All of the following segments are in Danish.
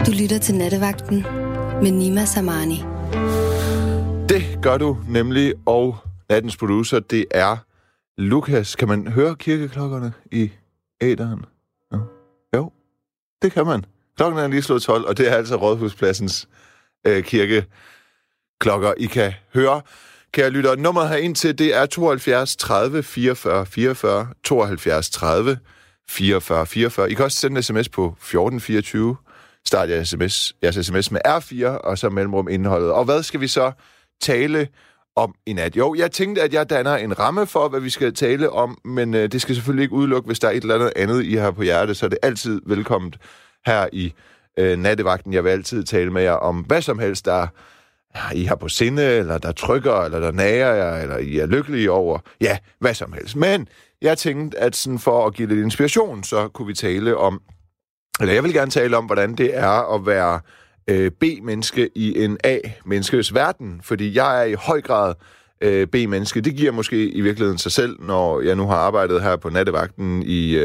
Du lytter til Nattevagten med Nima Samani. Det gør du nemlig, og nattens producer, det er Lukas. Kan man høre kirkeklokkerne i æteren? Ja. Jo, det kan man. Klokken er lige slået 12, og det er altså Rådhuspladsens kirkeklokker, I kan høre. Kære lytter, nummeret her ind til, det er 72 30 44 44, 72 30 44 44. I kan også sende en sms på 1424. Start jeres sms med R4, og så mellemrum indholdet. Og hvad skal vi så tale om i nat? Jo, jeg tænkte, at jeg danner en ramme for, hvad vi skal tale om, men det skal selvfølgelig ikke udelukke, hvis der er et eller andet, I har på hjertet, så er det altid velkomment her i Nattevagten. Jeg vil altid tale med jer om hvad som helst, der I har på sinde, eller der trykker, eller der nager jer, eller I er lykkelige over. Ja, hvad som helst. Men jeg tænkte, at sådan for at give lidt inspiration, så kunne vi tale om, eller jeg vil gerne tale om, hvordan det er at være B-menneske i en A-menneskes verden. Fordi jeg er i høj grad B-menneske. Det giver måske i virkeligheden sig selv, når jeg nu har arbejdet her på Nattevagten i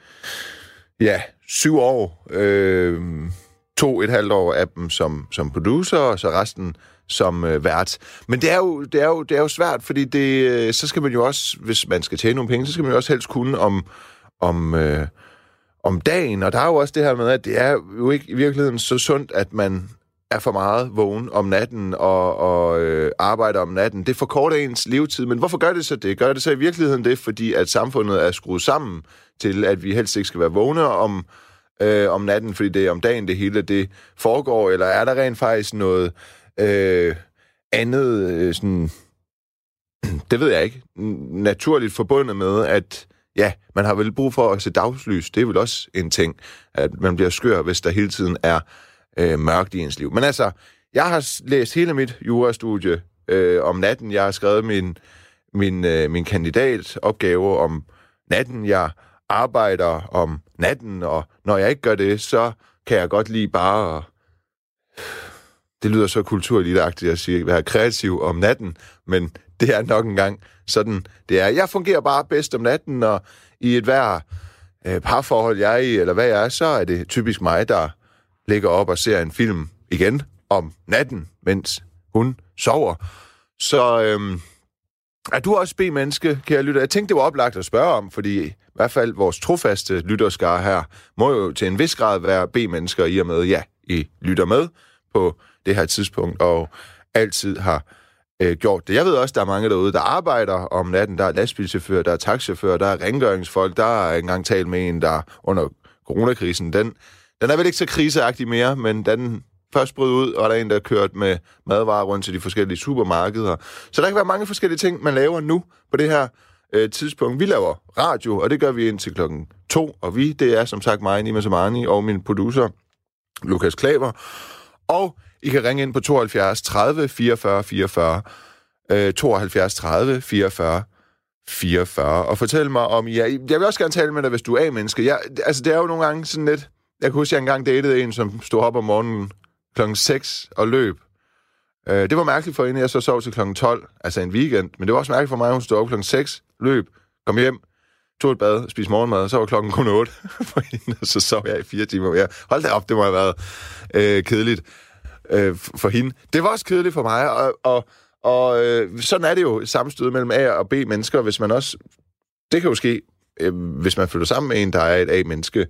7 år. 2,5 år af dem som producer, og så resten som vært. Men det er jo svært, fordi så skal man jo også, hvis man skal tjene nogle penge, så skal man jo også helst kunne om dagen, og der er jo også det her med, at det er jo ikke i virkeligheden så sundt, at man er for meget vågen om natten og arbejder om natten. Det forkorter ens levetid, men hvorfor gør det så det? Gør det så i virkeligheden det, fordi at samfundet er skruet sammen til, at vi helst ikke skal være vågne om natten, fordi det er om dagen, det hele det foregår, eller er der rent faktisk noget andet, sådan, det ved jeg ikke, naturligt forbundet med, at man har vel brug for at se dagslys. Det er vel også en ting, at man bliver skør, hvis der hele tiden er mørkt i ens liv. Men altså, jeg har læst hele mit jurastudie om natten. Jeg har skrevet min kandidatopgave om natten. Jeg arbejder om natten, og når jeg ikke gør det, så kan jeg godt lide bare det lyder så kultureliteagtigt at sige, være kreativ om natten, men det er nok engang sådan, det er. Jeg fungerer bare bedst om natten, og i et hver parforhold, jeg er i, eller hvad jeg er, så er det typisk mig, der ligger op og ser en film igen om natten, mens hun sover. Så er du også B-menneske, kære lytter? Jeg tænkte, det var oplagt at spørge om, fordi i hvert fald vores trofaste lytterskare her må jo til en vis grad være B-mennesker i og med, I lytter med på det her tidspunkt, og altid har gjort det. Jeg ved også, der er mange derude, der arbejder om natten. Der er lastbilchauffører, der er taxichauffører, der er rengøringsfolk, der er engang talt med en, der under coronakrisen, den er vel ikke så kriseagtig mere, men da den først brød ud, og der er en, der kørt med madvarer rundt til de forskellige supermarkeder. Så der kan være mange forskellige ting, man laver nu på det her tidspunkt. Vi laver radio, og det gør vi indtil 2, og det er som sagt mig, Nima Samani, og min producer, Lukas Klaver. Og I kan ringe ind på 72 30 44 44, 72 30 44 44, og fortælle mig om, jeg vil også gerne tale med dig, hvis du er A-menneske. Det er jo nogle gange sådan lidt, jeg kan huske, at jeg engang datede en, som stod op om morgenen klokken 6 og løb. Det var mærkeligt for hende, jeg så sov til klokken 12, altså en weekend, men det var også mærkeligt for mig, at hun stod op klokken 6, løb, kom hjem, tog et bad, spiste morgenmad, og så var klokken kun 8 for hende, og så sov jeg i 4 timer mere. Hold da op, det må have været kedeligt for hende. Det var også kedeligt for mig, og sådan er det jo sammenstød mellem A- og B-mennesker, hvis man også, det kan jo ske, hvis man flytter sammen med en, der er et A-menneske.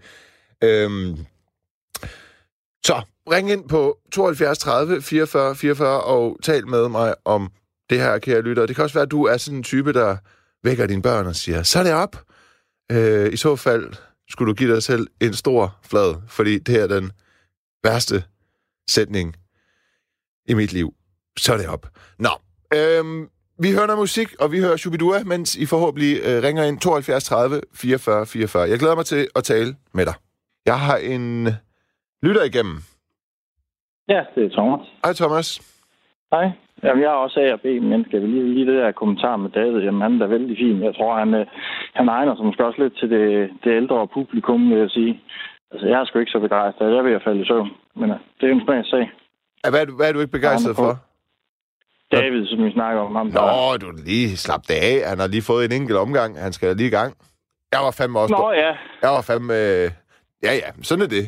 Så ring ind på 72 30 44 44 og tal med mig om det her, kære lytter. Det kan også være, at du er sådan en type, der vækker dine børn og siger, så er det op. I så fald skulle du give dig selv en stor flad, fordi det er den værste sætning i mit liv. Så er det op. Nå, vi hører noget musik, og vi hører Shubidua, mens I forhåbentlig ringer ind 72 30 44 44. Jeg glæder mig til at tale med dig. Jeg har en lytter igennem. Ja, det er Thomas. Hej Thomas. Hej. Jamen, jeg er også A og B-menneske. Lige det der kommentar med David, jamen han er veldig fin. Jeg tror, han egner sig måske også lidt til det ældre publikum, vil jeg sige. Altså, jeg er sgu ikke så begejstret. Jeg vil falde i søvn. Men det er jo en smagsag. Hvad er du ikke begejstret for? David, som vi snakker om ham. Nå, du lige slap det af. Han har lige fået en enkelt omgang. Han skal lige i gang. Jeg var fandme også... Nå, ja. Jeg var fandme... Ja, sådan er det.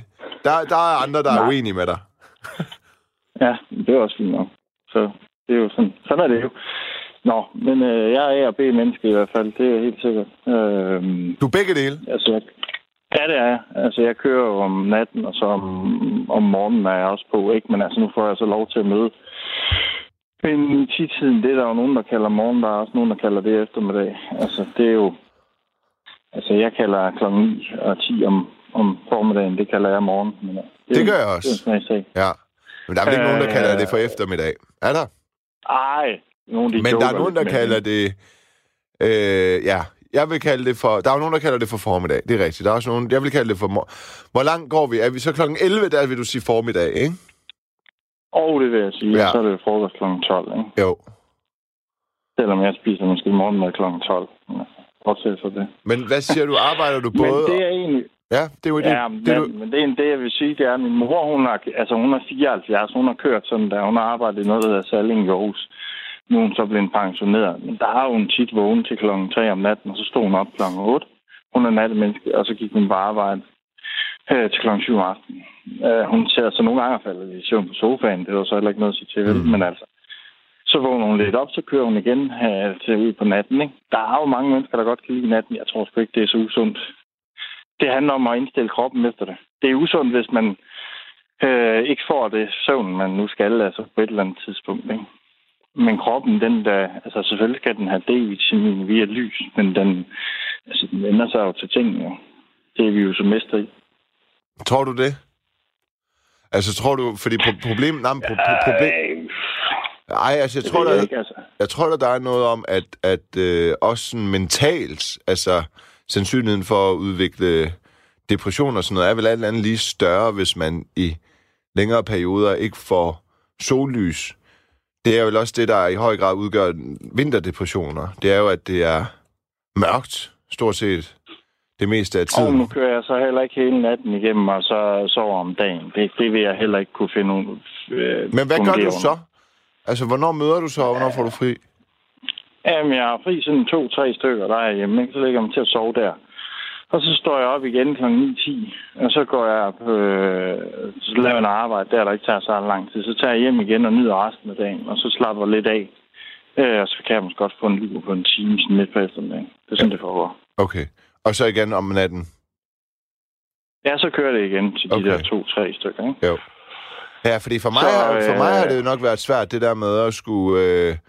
Der er andre, der er uenige med dig. Ja, det er også fint nok. Så det er jo sådan. Sådan er det jo. Nå, men jeg er A og B-menneske i hvert fald. Det er helt sikkert. Du er begge dele? Altså, ja, det er jeg. Altså, jeg kører jo om natten, og så om morgenen er jeg også på, ikke? Men altså, nu får jeg så lov til at møde i 10-tiden. Det er der jo nogen, der kalder morgen. Der er også nogen, der kalder det eftermiddag. Altså, det er jo... Altså, jeg kalder klokken 9 og 10 om formiddagen. Det kalder jeg morgen. Men, det gør jeg også. Det er en sag. Ja. Men der er vel ikke nogen, der kalder det for eftermiddag? Er der? Ej. Men der er nogen, der kalder det... ja, jeg vil kalde det for... Der er jo nogen, der kalder det for formiddag. Det er rigtigt. Der er også nogen... Jeg vil kalde det for... Hvor langt går vi? Er vi så klokken 11, der vil du sige formiddag, ikke? Det vil jeg sige. Ja. Så er det frokost klokken 12, ikke? Jo. Selvom jeg spiser måske morgenmad klokken 12. Bortset for det. Men hvad siger du? Arbejder du både... Men det er egentlig... Ja, det er jo det. Ja, men det, jeg vil sige, det er, at min mor, hun er 74. Hun har kørt sådan der. Hun har arbejdet i noget, der hedder Salling i Aarhus. Nu er hun så blevet pensioneret. Men der har hun tit vågen til klokken 3 om natten, og så stod hun op klokken 8. Hun er nattemenneske, og så gik hun på arbejde til klokken 7 om aftenen. Hun ser så nogle gange faldet i søvn på sofaen. Det var så heller ikke noget at sige til, vel? Men altså, så vågner hun lidt op, så kører hun igen til ud på natten, ikke? Der er jo mange mennesker, der godt kan lide natten. Jeg tror sgu ikke, det er så usundt. Det handler om at indstille kroppen efter det. Det er usundt, hvis man ikke får det søvn, man nu skal, altså på et eller andet tidspunkt, ikke? Men kroppen, altså selvfølgelig skal den have D-vitamin via lys, men den vender sig jo til ting, jo. Det er vi jo så mester i. Tror du det? Altså, tror du, fordi problemet... Ej, altså, jeg tror, der er noget om, at også sådan mentalt, altså, sandsynligheden for at udvikle depression og sådan noget, er vel alt andet lige større, hvis man i længere perioder ikke får sollys. Det er jo også det, der i høj grad udgør vinterdepressioner. Det er jo, at det er mørkt, stort set, det meste af tiden. Og nu kører jeg så heller ikke hele natten igennem, og så sover om dagen. Det vil jeg heller ikke kunne finde ud. Men hvad gør du så? Altså, hvornår møder du så, og hvornår får du fri? Jamen, jeg har fri sådan 2-3 stykker, der er hjemme, ikke? Så ligger man til at sove der. Og så står jeg op igen kl. 9-10, og så går jeg op, så laver jeg arbejde der ikke tager så lang tid. Så tager jeg hjem igen og nyder resten af dagen, og så slapper lidt af. Og så kan jeg måske godt få en lur på en time, sådan midt på eftermiddagen. Det er sådan, det foregår. Okay. Og så igen om natten? Ja, så kører det igen til de der 2-3 stykker, ikke? Jo. Ja, fordi for mig har det jo nok været svært, det der med at skulle,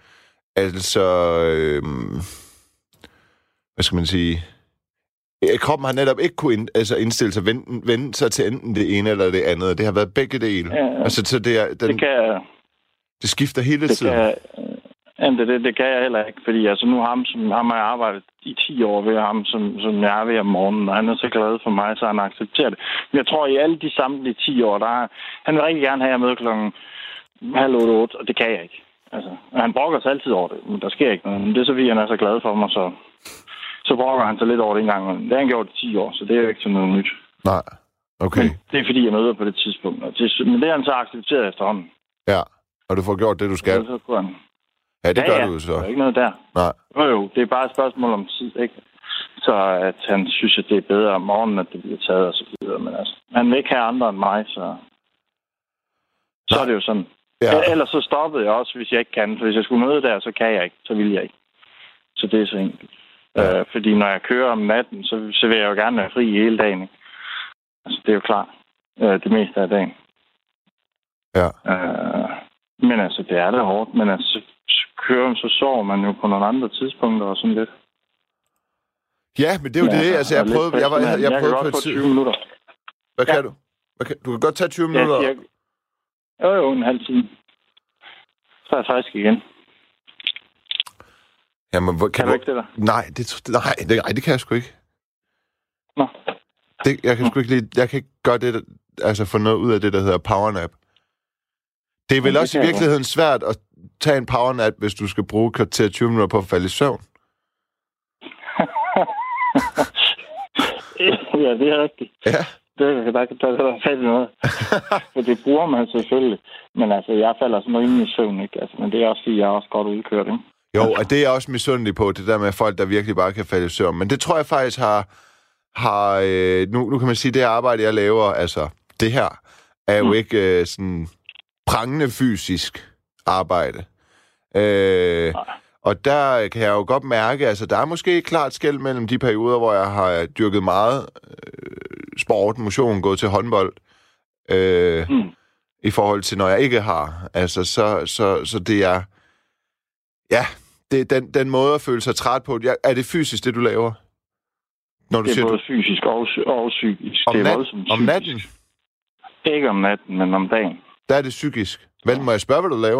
hvad skal man sige... Kroppen har netop ikke kunne indstille sig, vende sig til enten det ene eller det andet. Det har været begge dele. Ja, altså, så det skifter hele tiden. Det kan jeg heller ikke, fordi altså, nu ham har jeg arbejdet i 10 år ved ham, som jeg er ved om morgenen, og han er så glad for mig, så han accepterer det. Men jeg tror, i alle de samtlige 10 år, han vil rigtig gerne have jer med klokken 7:30, og det kan jeg ikke. Altså, han brokker sig altid over det, men der sker ikke noget. Men det er så, fordi han er så glad for mig, så brokker han sig lidt over det en gang. Det har han gjort i 10 år, så det er jo ikke sådan noget nyt. Nej, okay. Men det er fordi, jeg møder på det tidspunkt. Men det har han så accepteret efterhånden. Ja, og du får gjort det, du skal. Så kunne han... Ja, det gør du jo så. Der er ikke noget der. Nej. Jo, det er bare et spørgsmål om tid, ikke? Så at han synes, at det er bedre om morgenen, at det bliver taget og så videre. Men altså, han vil ikke have andre end mig, så er det jo sådan. Ja. Ellers så stoppede jeg også, hvis jeg ikke kan. For hvis jeg skulle møde der, så kan jeg ikke. Så vil jeg ikke. Så det er så enkelt. Ja. Fordi når jeg kører om natten, så vil jeg jo gerne være fri hele dagen. Ikke? Altså, det er jo klart. Det meste af dagen. Ja. Men altså, det er da hårdt. Men altså, så sover man jo på nogle andre tidspunkter og sådan lidt. Ja, men det er jo det. Altså, jeg prøvede... Jeg kan godt få 20 minutter. Hvad kan du? Du kan godt tage 20 minutter? Jo, en halv time. Så er jeg frisk igen. Jamen, kan du ikke det der? Nej, det kan jeg sgu ikke. Nå. Jeg kan sgu ikke lide... Jeg kan ikke gøre det, altså få noget ud af det, der hedder powernap. Det er vel også i virkeligheden svært at tage en powernap, hvis du skal bruge kvarter 20 minutter på at falde i søvn. Ja, det er rigtigt. Ja. Der kan fat i noget. For det bruger man selvfølgelig. Men altså, jeg falder sådan rimelig i søvn, ikke? Altså, men det er også, fordi jeg er også godt udkørt, ikke? Jo, og det er også misundelig på, det der med folk, der virkelig bare kan falde i søvn. Men det tror jeg faktisk har nu kan man sige, det arbejde, jeg laver, altså det her er jo ikke sådan prangende fysisk arbejde. Og der kan jeg jo godt mærke, altså der er måske et klart skel mellem de perioder, hvor jeg har dyrket meget sport, motion, gået til håndbold, i forhold til, når jeg ikke har. Altså, så det er... Ja, det er den måde at føle sig træt på. Er det fysisk, det du laver? Når du det er siger, både fysisk og psykisk. Om, det er voldsomt om natten? Ikke om natten, men om dagen. Der er det psykisk. Hvad må jeg spørge, hvad du laver?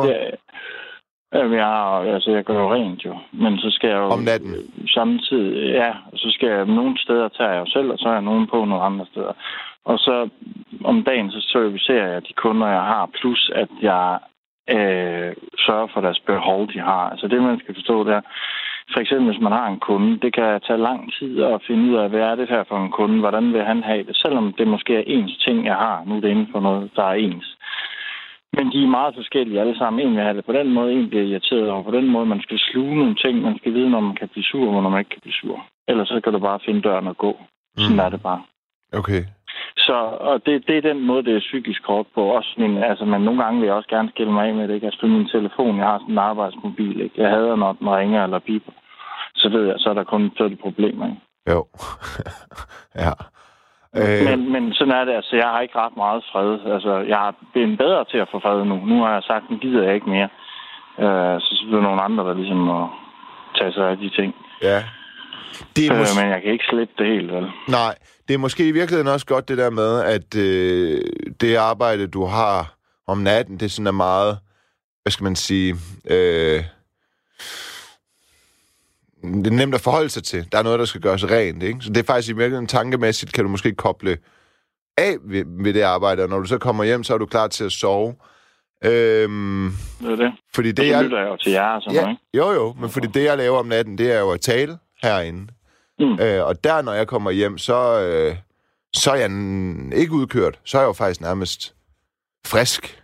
Jeg gør jo rent jo. Men så skal jeg jo... Om natten? Samtidig, ja. Og så skal jeg nogle steder tage jeg jo selv, og så er jeg nogen på nogle andre steder. Og så om dagen, så servicerer jeg de kunder, jeg har, plus at jeg sørger for deres behov, de har. Altså det, man skal forstå, der. For eksempel, hvis man har en kunde, det kan tage lang tid at finde ud af, hvad er det her for en kunde, hvordan vil han have det, selvom det måske er ens ting, jeg har. Nu er det inden for noget, der er ens. Men de er meget forskellige alle sammen. En vil have det på den måde, en bliver irriteret over på den måde. Man skal sluge nogle ting, man skal vide, når man kan blive sur, og når man ikke kan blive sur. Ellers så kan du bare finde døren og gå. Sådan er det bare. Okay. Så og det er den måde, det er psykisk hårdt på. Også men nogle gange vil jeg også gerne skille mig af med det. Ikke? Altså min telefon, jeg har sådan en arbejdsmobil. Ikke? Jeg hader, når den ringer eller biber. Så ved jeg, så er der kun et problem. Ikke? Jo. Ja. Men sådan er det. Altså, jeg har ikke ret meget fred. Altså, jeg har blevet bedre til at få fred nu. Nu har jeg sagt, nu gider jeg ikke mere. Så er der nogle andre, der ligesom må tage sig af de ting. Ja. Men jeg kan ikke slippe det helt, vel? Nej, det er måske i virkeligheden også godt det der med, at det arbejde, du har om natten, det sådan er meget, hvad skal man sige, det er nemt at forholde sig til. Der er noget, der skal gøres rent, ikke? Så det er faktisk i virkeligheden tankemæssigt, kan du måske koble af ved det arbejde, og når du så kommer hjem, så er du klar til at sove. Det er det. Fordi det, jeg lytter jo til jer og sådan noget, Jo, men fordi det, jeg laver om natten, det er jo at tale herinde. Og der, når jeg kommer hjem, så er jeg ikke udkørt. Så er jeg jo faktisk nærmest frisk.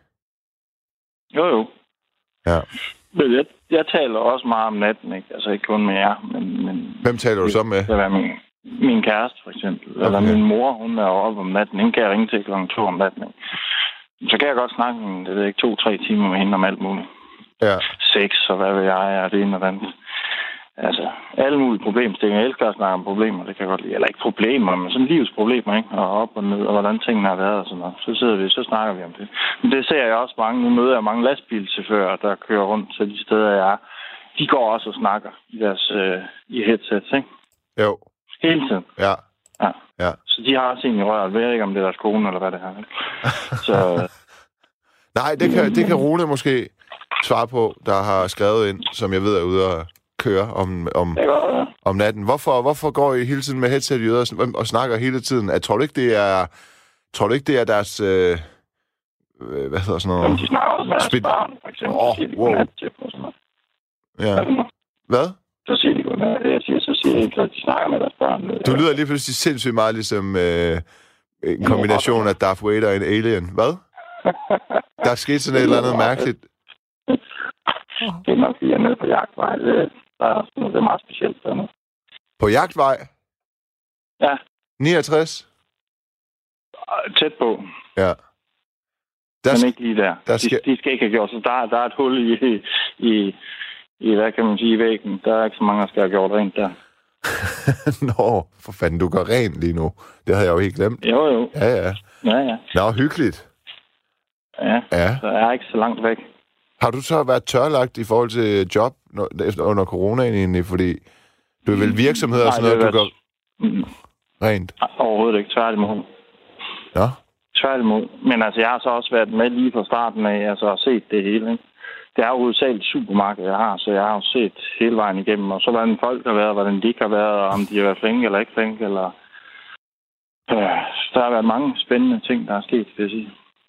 Jo. Ja. Men jeg taler også meget om natten, ikke? Altså ikke kun med jer, men hvem taler du så med? Det er min kæreste, for eksempel. Okay. Eller min mor, hun er oppe om natten. Hende kan jeg ringe til klokken 2 om natten, ikke? Så kan jeg godt snakke med, det ved ikke, 2-3 timer med hende om alt muligt. Ja. Sex, og hvad vil jeg, er det ene og det andet. Altså, alle mulige problemstillinger. Jeg elsker at snakke om problemer, det kan jeg godt lide. Eller ikke problemer, men sådan livsproblemer, ikke? Og op og ned, og hvordan tingene har været og sådan noget. Så snakker vi om det. Men det ser jeg også mange. Nu møder jeg mange lastbilchauffører, der kører rundt til de steder, jeg er. De går også og snakker i deres i headsets, ikke? Jo. Hele tiden. Ja. Så de har også en i røret. Jeg ved ikke, om det er deres kone, eller hvad det er. Så... Nej, det kan Rune måske svare på, der har skrevet ind, som jeg ved er ude at køre om natten. Hvorfor går I hele tiden med headset i øret og snakker hele tiden? Tror du ikke, det er deres... hvad hedder sådan noget? Jamen, de snakker også med deres børn, for eksempel. Wow. Ja. Hvad? Så siger de godt, så siger de, at de snakker med deres børn. Du lyder lige pludselig sindssygt meget ligesom en kombination af Darth Vader og en alien. Hvad? Der er sket sådan et eller andet mærkeligt. Det er nok, jeg er nede på jagtvej. Det er meget specielt. Sådan. På jagtvej? Ja. 69? Tæt på. Ja. Men ikke lige der. De skal ikke have gjort. Så der er et hul i hvad kan man sige, i væggen. Der er ikke så mange, der skal have gjort rent der. Nå, for fanden, du gør rent lige nu. Det havde jeg jo helt glemt. Jo. Ja. Nå, hyggeligt. Ja, så jeg er ikke så langt væk. Har du så været tørlagt i forhold til job under coronaen egentlig? Fordi du er vel virksomheder og sådan noget, du gør rent? Overhovedet ikke. Tværtimod. Ja? Tværtimod. Men altså, jeg har så også været med lige fra starten af, altså og set det hele, ikke? Det er jo hovedsageligt supermarked, jeg har, så jeg har jo set hele vejen igennem. Og så hvordan folk har været, hvordan de ikke har været, og om de har været flinke eller ikke flinke, eller... der har været mange spændende ting, der er sket, vil jeg sige.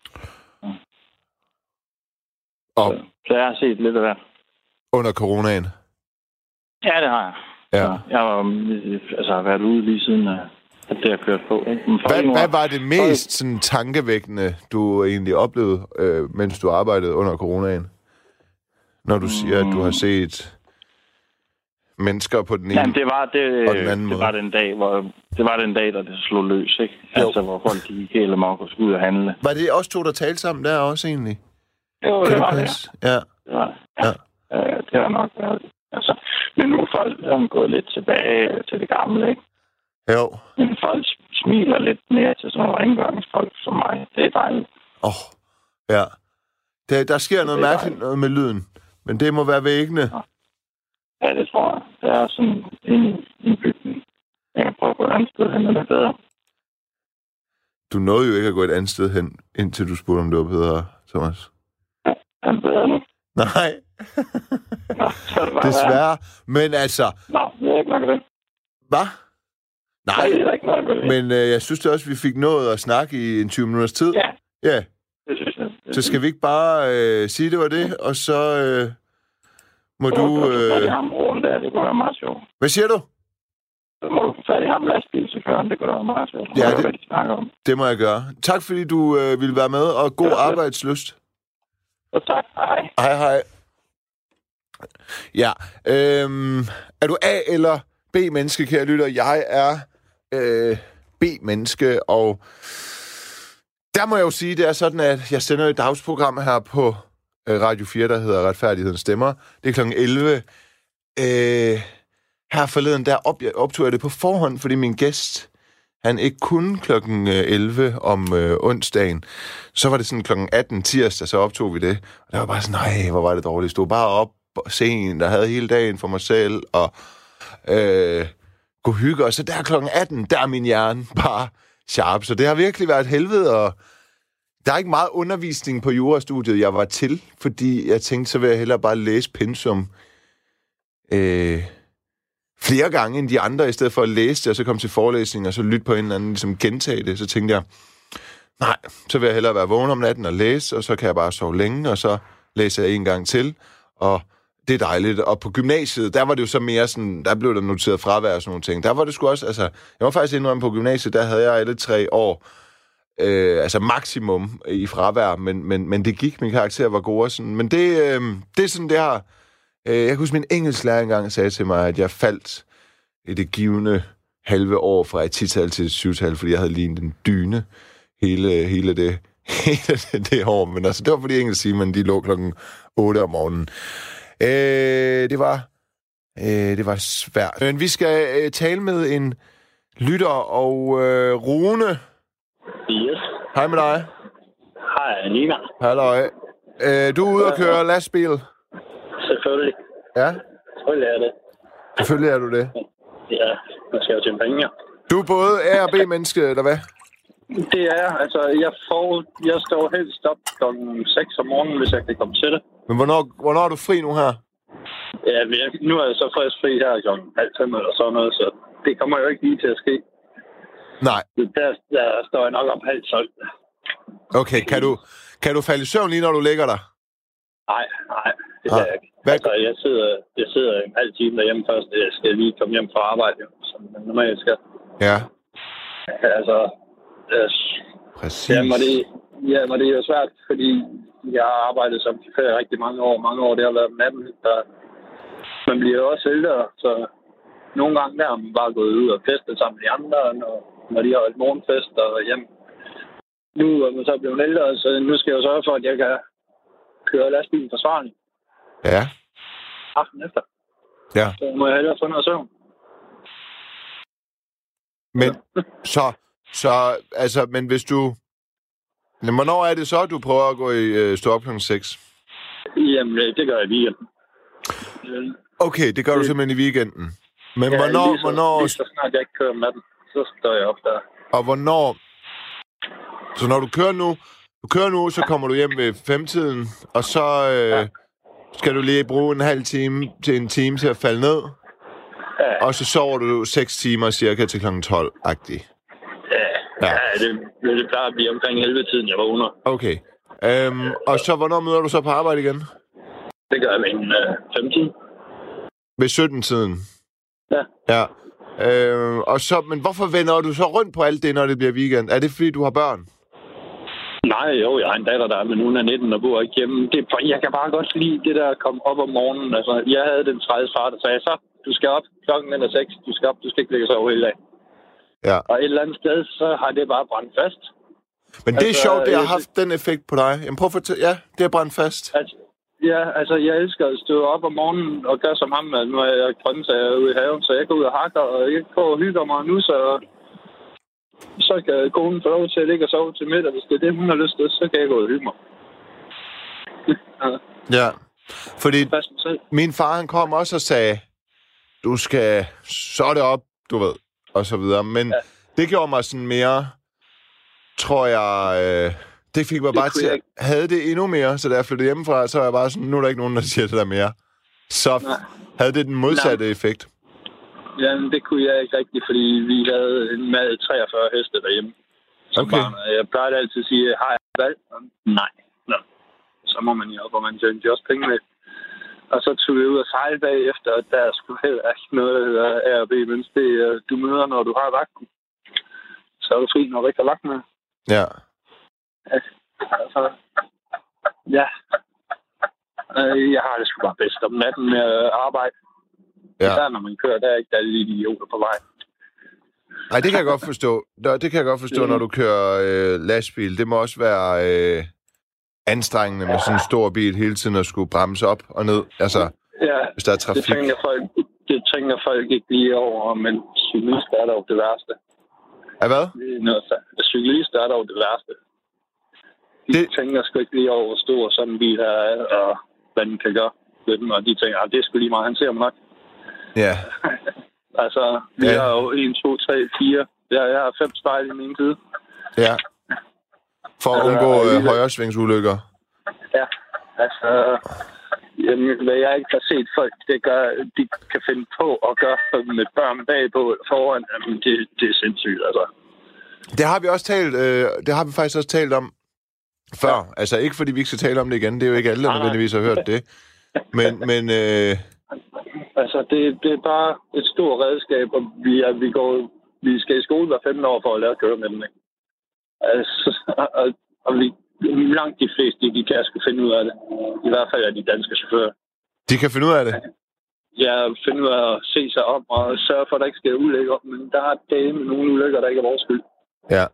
Så jeg har set lidt af hvert. Under coronaen? Ja, det har jeg. Ja. Så jeg har været ude lige siden, at det har kørt på. Ikke? Hvad var det mest sådan, tankevækkende, du egentlig oplevede, mens du arbejdede under coronaen? Når du siger, at du har set mennesker på den ene Jamen, det var den anden måde. var den dag, det var den dag, da det slog løs, ikke? Jo. Altså, hvor folk gik helt amok og skulle ud og handle. Var det også to, der talte sammen der også egentlig? Jo, det var det. Ja. Det var det. Ja. Det har nok været det. Altså, men nu er folk gået lidt tilbage til det gamle, ikke? Jo. Men folk smiler lidt mere til sådan nogle rengøringsfolk som mig. Det er dejligt. Ja. Der sker noget mærkeligt noget med lyden, men det må være væggene. Ja, det tror jeg. Det er sådan en bygning. Jeg kan prøve at gå et andet sted hen, og det er bedre. Du nåede jo ikke at gå et andet sted hen, indtil du spurgte, om det var bedre, Thomas. Ja, er det bedre nu? Nej. Nå, så er det bare Desværre. Men altså... Nå, det er ikke nok af det. Hvad? Nej, det er ikke nok af det. men jeg synes det også, vi fik nået at snakke i en 20 minutters tid. Ja. Ja. Det synes jeg. Så skal vi ikke bare sige, det var det, og så må du... Det kunne være meget sjovt. Hvad siger du? Så må du få fat i ham lastbilchaufføren. Det kunne være meget sjovt. Ja, hvad de snakker om. Det må jeg gøre. Tak fordi du ville være med, og god arbejdslyst. Så tak. Hej. Hej. Ja. Er du A- eller B-menneske, kære lytter? Jeg er B-menneske, og der må jeg jo sige, det er sådan, at jeg sender et dagsprogram her på Radio 4, der hedder Retfærdighedens Stemmer. Det er kl. 11. Her forleden, der optog jeg det på forhånd, fordi min gæst, han ikke kunne kl. 11 om onsdagen. Så var det sådan kl. 18 tirsdag, så optog vi det. Og der var bare sådan, nej, hvor var det dårligt. Jeg stod bare op sent, der havde hele dagen for mig selv, og kunne hygge. Og så der kl. 18, der er min hjerne bare sharp. Så det har virkelig været et helvede, og der er ikke meget undervisning på jurastudiet, jeg var til, fordi jeg tænkte, så vil jeg hellere bare læse pensum flere gange end de andre, i stedet for at læse det, og så komme til forelæsning, og så lytte på en eller anden, ligesom gentage det. Så tænkte jeg, nej, så vil jeg hellere være vågen om natten og læse, og så kan jeg bare sove længe, og så læser jeg en gang til, og det er dejligt. Og på gymnasiet, der var det jo så mere sådan, der blev der noteret fravær og sådan nogle ting. Der var det sgu også, altså, jeg var faktisk indrømme på gymnasiet, der havde jeg alle 3 år, altså maksimum i fravær, men det gik, min karakter var god og sådan. Men det er sådan, det har... Jeg kan huske, min engelsklærer engang sagde til mig, at jeg faldt i det givende halve år fra et 10-tal til et 7-tal, fordi jeg havde lignet en dyne hele det år. Men altså, det var fordi engelsktimerne, de lå klokken 8 om morgenen. Det var svært. Men vi skal tale med en lytter, og Rune. Yes. Hej med dig. Hej, Nina. Halløj. Du er ude og køre lastbil? Selvfølgelig. Ja? Selvfølgelig er det. Selvfølgelig er du det. Ja, man skal jo tjene penge, ja. Du er både A- og B-menneske, eller hvad? Det er, altså, jeg står helst op kl. 6 om morgenen, hvis jeg kan komme til det. Men hvornår er du fri nu her? Ja, men nu er jeg så frisk fri her kl. 4:30 eller sådan noget, så det kommer jo ikke lige til at ske. Nej. Der står jeg nok op 11:30. Okay, kan du falde i søvn lige, når du ligger der? Nej, det kan jeg ikke. Altså, jeg sidder en halv time derhjemme først. Jeg skal lige komme hjem fra arbejde, jo, som man normalt skal. Ja. Altså, præcis. Jamen, det er jo svært, fordi jeg har arbejdet som chauffør rigtig mange år. Det har været natten. Man bliver jo også ældre, så nogle gange der har man bare gået ud og festet sammen med de andre, når de har et morgenfest og hjem. Nu er man så blevet ældre, så nu skal jeg jo sørge for, at jeg kan køre lastbilen forsvarligt. Ja. Aften efter. Ja. Så må jeg hellere få noget søvn. Men men hvis du... Men hvornår er det så, du prøver at gå i stå op kl. 6? Jamen, det gør jeg i weekenden. Okay, det gør du simpelthen i weekenden. Men ja, hvornår... Lige så snart jeg ikke kører om natten, så står jeg op der. Og hvornår... Så når du kører nu, så kommer du hjem ved 5-tiden, og så skal du lige bruge en halv time til en time til at falde ned. Ja. Og så sover du 6 timer cirka til kl. 12-agtigt. Ja, det plejer at blive omkring 11-tiden, jeg vågner. Okay. Og så hvornår møder du så på arbejde igen? Det gør jeg ved en 15. Ved 17-tiden? Ja. Og så, men hvorfor vender du så rundt på alt det, når det bliver weekend? Er det fordi, du har børn? Nej, jo, jeg har en datter, der er, men hun er 19 og bor ikke hjemme. Jeg kan bare godt lide det der at komme op om morgenen. Altså, jeg havde den træls far, der sagde, så, du skal op, klokken er 6, du skal op, du skal ikke ligge så over hele dagen. Ja. Og et eller andet sted, så har det bare brændt fast. Men det er sjovt, det har haft den effekt på dig. Jamen prøv at fortælle, ja, det er brændt fast. Altså, jeg elsker at stå op om morgenen og gøre som ham. Nu er jeg grøntsager ude i haven, så jeg går ud og hakker, og jeg går og hygger mig nu, så kan konen få lov til at ligge og sove til middag. Hvis det er det, hun har lyst til, så kan jeg gå og hygge mig. Ja, fordi min far, han kom også og sagde, du skal så det op, du ved, og så videre. Men det gjorde mig sådan mere, tror jeg, det fik mig bare til at have det endnu mere. Så da jeg flyttede hjemmefra, så var jeg bare sådan, nu er der ikke nogen, der siger det der mere. Så havde det den modsatte effekt. Ja, men det kunne jeg ikke rigtigt, fordi vi havde en mad 43 heste derhjemme. Okay. Jeg plejede altid at sige, har jeg valgt? Nej. Nå. Så må man jo op, og man tjente også penge med. Og så tog vi ud og sejle bagefter, og der skulle heller ikke noget af og B, mens det du møder, når du har vagten. Så er du fri, når du ikke har vagt med. Ja. Altså, ja. Jeg har det sgu bare bedst om natten med at arbejde. Ja. Der, når man kører, der er ikke der lige idioter på vej. Nej, det kan jeg godt forstå. Det kan jeg godt forstå, når du kører lastbil. Det må også være anstrengende med sådan en stor bil hele tiden at skulle bremse op og ned. Altså, hvis der er trafik. Det tænker folk ikke lige over, men cyklister er dog det værste. Ja, hvad? Cyklister er dog det værste. De tænker sgu ikke lige over, hvor stor sådan en bil her er, og hvad den kan gøre ved dem, og de tænker, det er sgu lige meget, han ser mig nok. Ja. Altså, vi har jo 1, 2, 3, 4. Jeg har 5 spejl i min tid. Ja. For at undgå højresvingsulykker. Ja, altså... hvad jeg ikke har set folk, de kan finde på at gøre med børn bagpå foran, jamen, det er sindssygt, altså. Det har vi også talt, det har vi faktisk også talt om før. Ja. Altså, ikke fordi vi ikke skal tale om det igen. Det er jo ikke alle, der nødvendigvis har hørt det. Men altså, det er bare et stort redskab, og vi skal i skole hver 15 år for at lære at køre med dem, ikke? Altså, og langt de fleste, de kan sgu finde ud af det. I hvert fald er de danske chauffører. De kan finde ud af det? Ja, finde ud af at se sig om og sørge for, at der ikke sker ulykker. Men der er dame nogle ulykker, der ikke er vores skyld. Ja.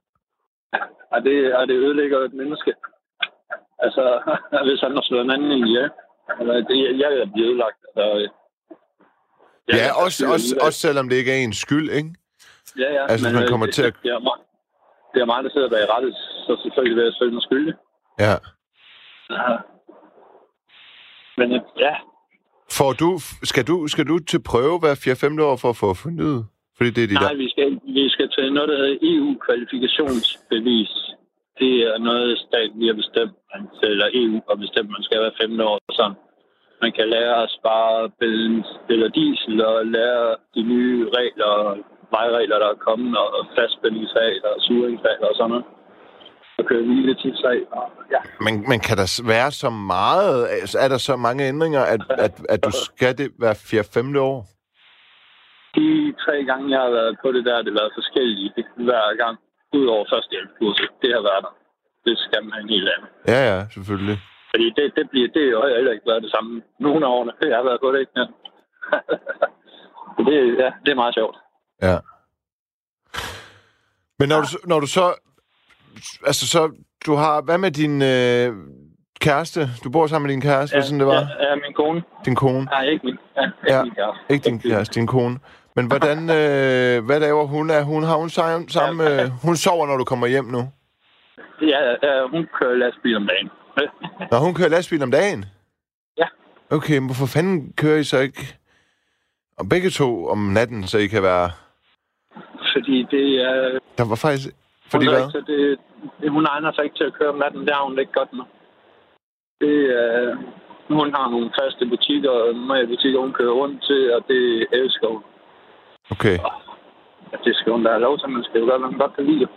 Og det ødelægger et menneske. Altså, hvis han har slået en anden ihjel. Jeg er blevet ødelagt. Også selvom det ikke er ens skyld, ikke? Ja. Altså, men, man kommer til at... Det er mig, der sidder bag rettet, så selvfølgelig vil jeg føle mig skyldig. Ja. Men ja. Skal du til prøve hver 4-5 år for at få fornyet? Fordi det er Nej, vi skal til noget, der hedder EU-kvalifikationsbevis. Det er noget, staten lige har bestemt, eller EU har bestemt, man skal være 5 år og sådan. Man kan lære at spare eller diesel og lære de nye regler, vejregler, der er kommet, og fastspændingsregler og suringsregler og sådan noget. Og køre hviletidsregler. Ja. Men kan der være så meget? Altså, er der så mange ændringer, at du skal det hver 4-5 år? De 3 gange, jeg har været på det der, det har været forskellige hver gang. Udover førstehjælpskurset. Det har været der. Det skal man have en helt anden. Ja, selvfølgelig. Fordi det er jo heller ikke været det samme. Nogle af årene, jeg har været på det, ikke? Ja. Det er meget sjovt. Ja. Men når du så... Altså så... Du har... Hvad med din kæreste? Du bor sammen med din kæreste? Hvad sådan det var? Ja, min kone. Din kone? Nej, ikke min. Min kæreste. Ikke din kæreste, din kone. Men hvordan... hvad laver hun? Har hun sammen... hun sover, når du kommer hjem nu? Ja, hun kører lastbil om dagen. Nå, hun kører lastbil om dagen? Ja. Okay, men hvorfor fanden kører I så ikke... Og begge to om natten, så I kan være... Fordi det er... Der var faktisk... Fordi hvad? Hun egner sig ikke til at køre om natten. Det har hun ikke godt med. Hun har nogle faste butikker, butikker hun kører rundt til, og det elsker hun. Okay. Og det skal hun da have lov til, man skal jo gøre, man godt kan lide.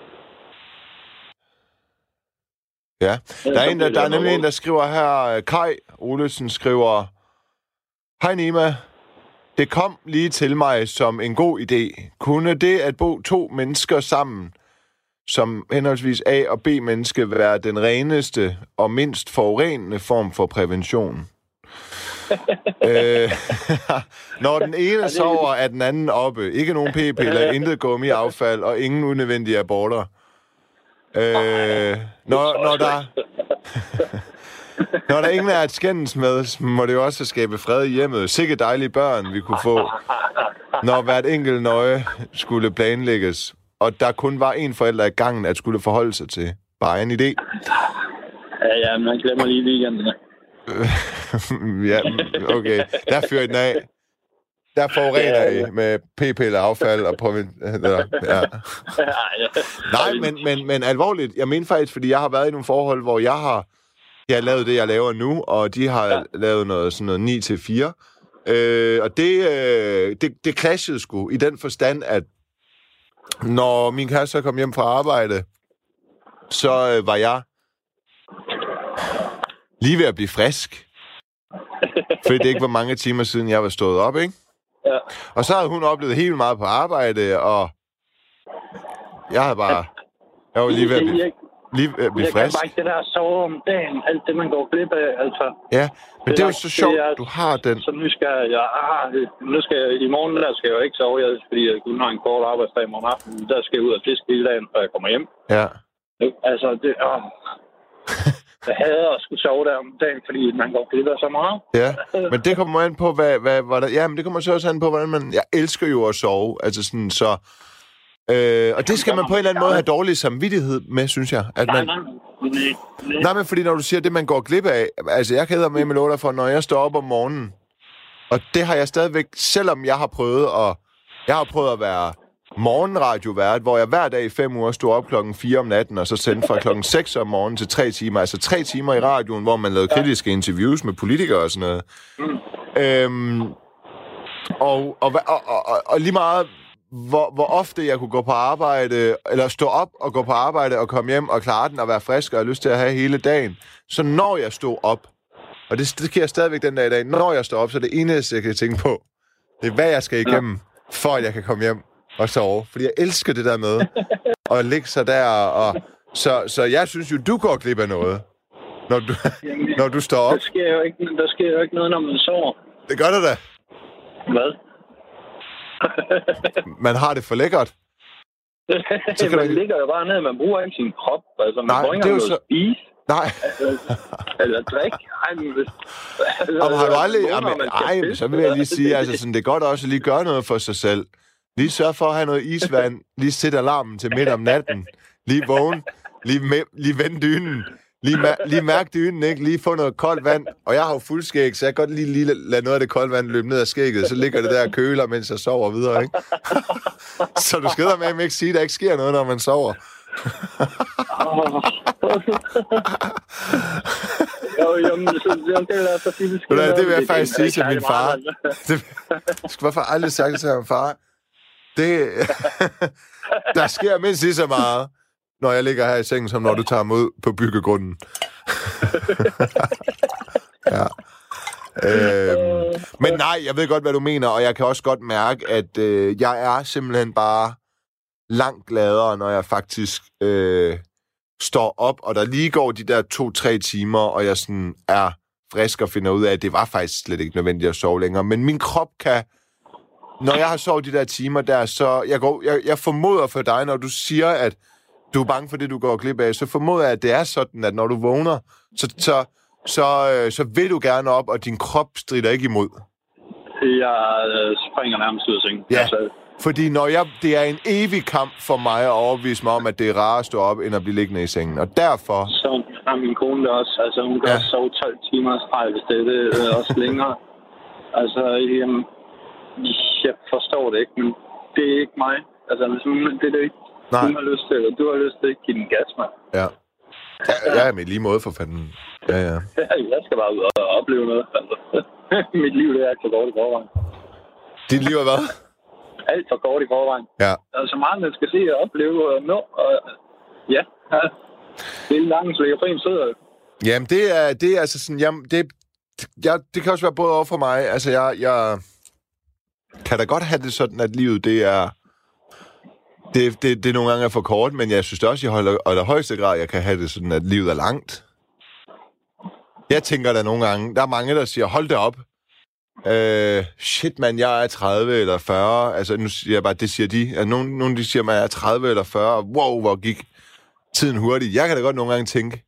Ja. Der er nemlig en, der skriver her... Kai Olesen skriver... Hej Nima. Det kom lige til mig som en god idé. Kunne det at bo 2 mennesker sammen, som henholdsvis A- og B-menneske være den reneste og mindst forurenende form for prævention? Når den ene sover, er den anden oppe. Ikke nogen p-piller, intet gummiaffald og ingen unødvendige aborter. Når der ingen er at skændes med, må det jo også skabe fred i hjemmet. Sikke dejlige børn, vi kunne få, når hvert enkelt nøje skulle planlægges, og der kun var én forælder i gangen, at skulle forholde sig til. Bare en idé. Ja, man glemmer lige weekenden. Ja, okay. Der fyrer den af. Der forurener I med p-piller, affald og ja. Nej, men alvorligt. Jeg mener faktisk, fordi jeg har været i nogle forhold, hvor jeg har lavet det, jeg laver nu, og de har lavet sådan noget 9-4. Og det clashede sgu i den forstand, at når min kæreste så kom hjem fra arbejde, så var jeg lige ved at blive frisk. Fordi det ikke var mange timer siden, jeg var stået op, ikke? Ja. Og så havde hun oplevet helt meget på arbejde, og jeg var lige ved at blive frisk. Jeg kan bare ikke det der sove om dagen, alt det, man går glip af, altså. Ja, men det er jo så sjovt, du har den. Så nu skal jeg, i morgen, der skal jeg jo ikke sove, fordi jeg kun har en kort arbejdsdag i morgen aften. Der skal jeg ud og fiske hele dagen, før jeg kommer hjem. Ja. Altså, jeg hader at skulle sove der om dagen, fordi man går glip af så meget. Ja, men det kommer an på, hvad der... Ja, men det kommer så også an på, hvordan man... Jeg elsker jo at sove, altså sådan, så... og det skal man på en eller anden måde have dårlig samvittighed med, synes jeg. At man... Nej, men fordi når du siger det, man går glip af... Altså, jeg keder med låter for, når jeg står op om morgenen. Og det har jeg stadigvæk... Selvom jeg har prøvet at være morgenradiovært, hvor jeg hver dag i 5 uger stod op 4 om natten, og så sendte fra 6 om morgenen til 3 timer. Altså 3 timer i radioen, hvor man lavede kritiske interviews med politikere og sådan noget. Og lige meget... Hvor ofte jeg kunne gå på arbejde, eller stå op og gå på arbejde og komme hjem og klare den og være frisk og have lyst til at have hele dagen. Så når jeg stod op, og det sker stadigvæk den dag i dag, når jeg står op, så er det eneste, jeg kan tænke på, det er, hvad jeg skal igennem, for at jeg kan komme hjem og sove. Fordi jeg elsker det der med at ligge sig der. Så jeg synes jo, du går glip af noget, når du står op. Der sker jo ikke noget, når man sover. Det gør det da. Hvad? Man har det for lækkert. Man ligger jo bare ned, man bruger ikke sin krop. Altså, man får ikke noget at spise. Nej. Eller drikke. Har du aldrig... så vil jeg lige sige, altså sådan, det er godt også at lige gøre noget for sig selv. Lige sørge for at have noget isvand. Lige sætte alarmen til midt om natten. Lige vågne. Lige vende dynen. Lige mærke dynen, ikke? Lige få noget koldt vand. Og jeg har jo fuldskæg, så jeg kan godt lige lade noget af det kolde vand løbe ned af skægget. Så ligger det der og køler, mens jeg sover videre, ikke? Så du skal med ikke sige, at der ikke sker noget, når man sover. Det vil jeg faktisk sige til min far. Det skal bare aldrig sagt til min far. Der sker mindst lige så meget, når jeg ligger her i sengen, som når du tager mig ud på byggegrunden. Ja. Men nej, jeg ved godt, hvad du mener, og jeg kan også godt mærke, at jeg er simpelthen bare langt gladere, når jeg faktisk står op, og der lige går de der 2-3 timer, og jeg sådan er frisk og finder ud af, at det var faktisk slet ikke nødvendigt at sove længere. Men min krop kan, når jeg har sovet de der timer der, så jeg formoder for dig, når du siger, at du er bange for det, du går glip af, så formoder jeg, at det er sådan, at når du vågner, så vil du gerne op, og din krop strider ikke imod. Jeg springer nærmest ud af sengen. Ja, fordi det er en evig kamp for mig at overbevise mig om, at det er rarere at stå op, end at blive liggende i sengen. Og derfor... Så har min kone det også. Altså, hun kan også sove 12 timer streg, hvis det er også længere. Altså, jeg forstår det ikke, men det er ikke mig. Altså, det er det ikke. Nej. Du har lyst til at give den gas, mand. Ja. Jeg er med lige måde, for fanden. Ja. Jeg skal bare ud og opleve noget. Altså. Mit liv, det er alt for kort i forvejen. Dit liv er hvad? Alt for kort i forvejen. Ja. Altså, meget man skal se og opleve og nå. Og, ja. Det er langt, så jeg for en søder. Jamen, det er altså sådan... Jamen, det kan også være både over for mig. Altså, jeg kan da godt have det sådan, at livet, det er... det nogle gange er for kort, men jeg synes også, i højeste grad, jeg kan have det sådan, at livet er langt. Jeg tænker der nogle gange, der er mange, der siger, hold det op. Shit, man, jeg er 30 eller 40. Altså, nu siger jeg bare, det siger de. Altså, nogle de siger, man er 30 eller 40. Wow, hvor gik tiden hurtigt. Jeg kan da godt nogle gange tænke,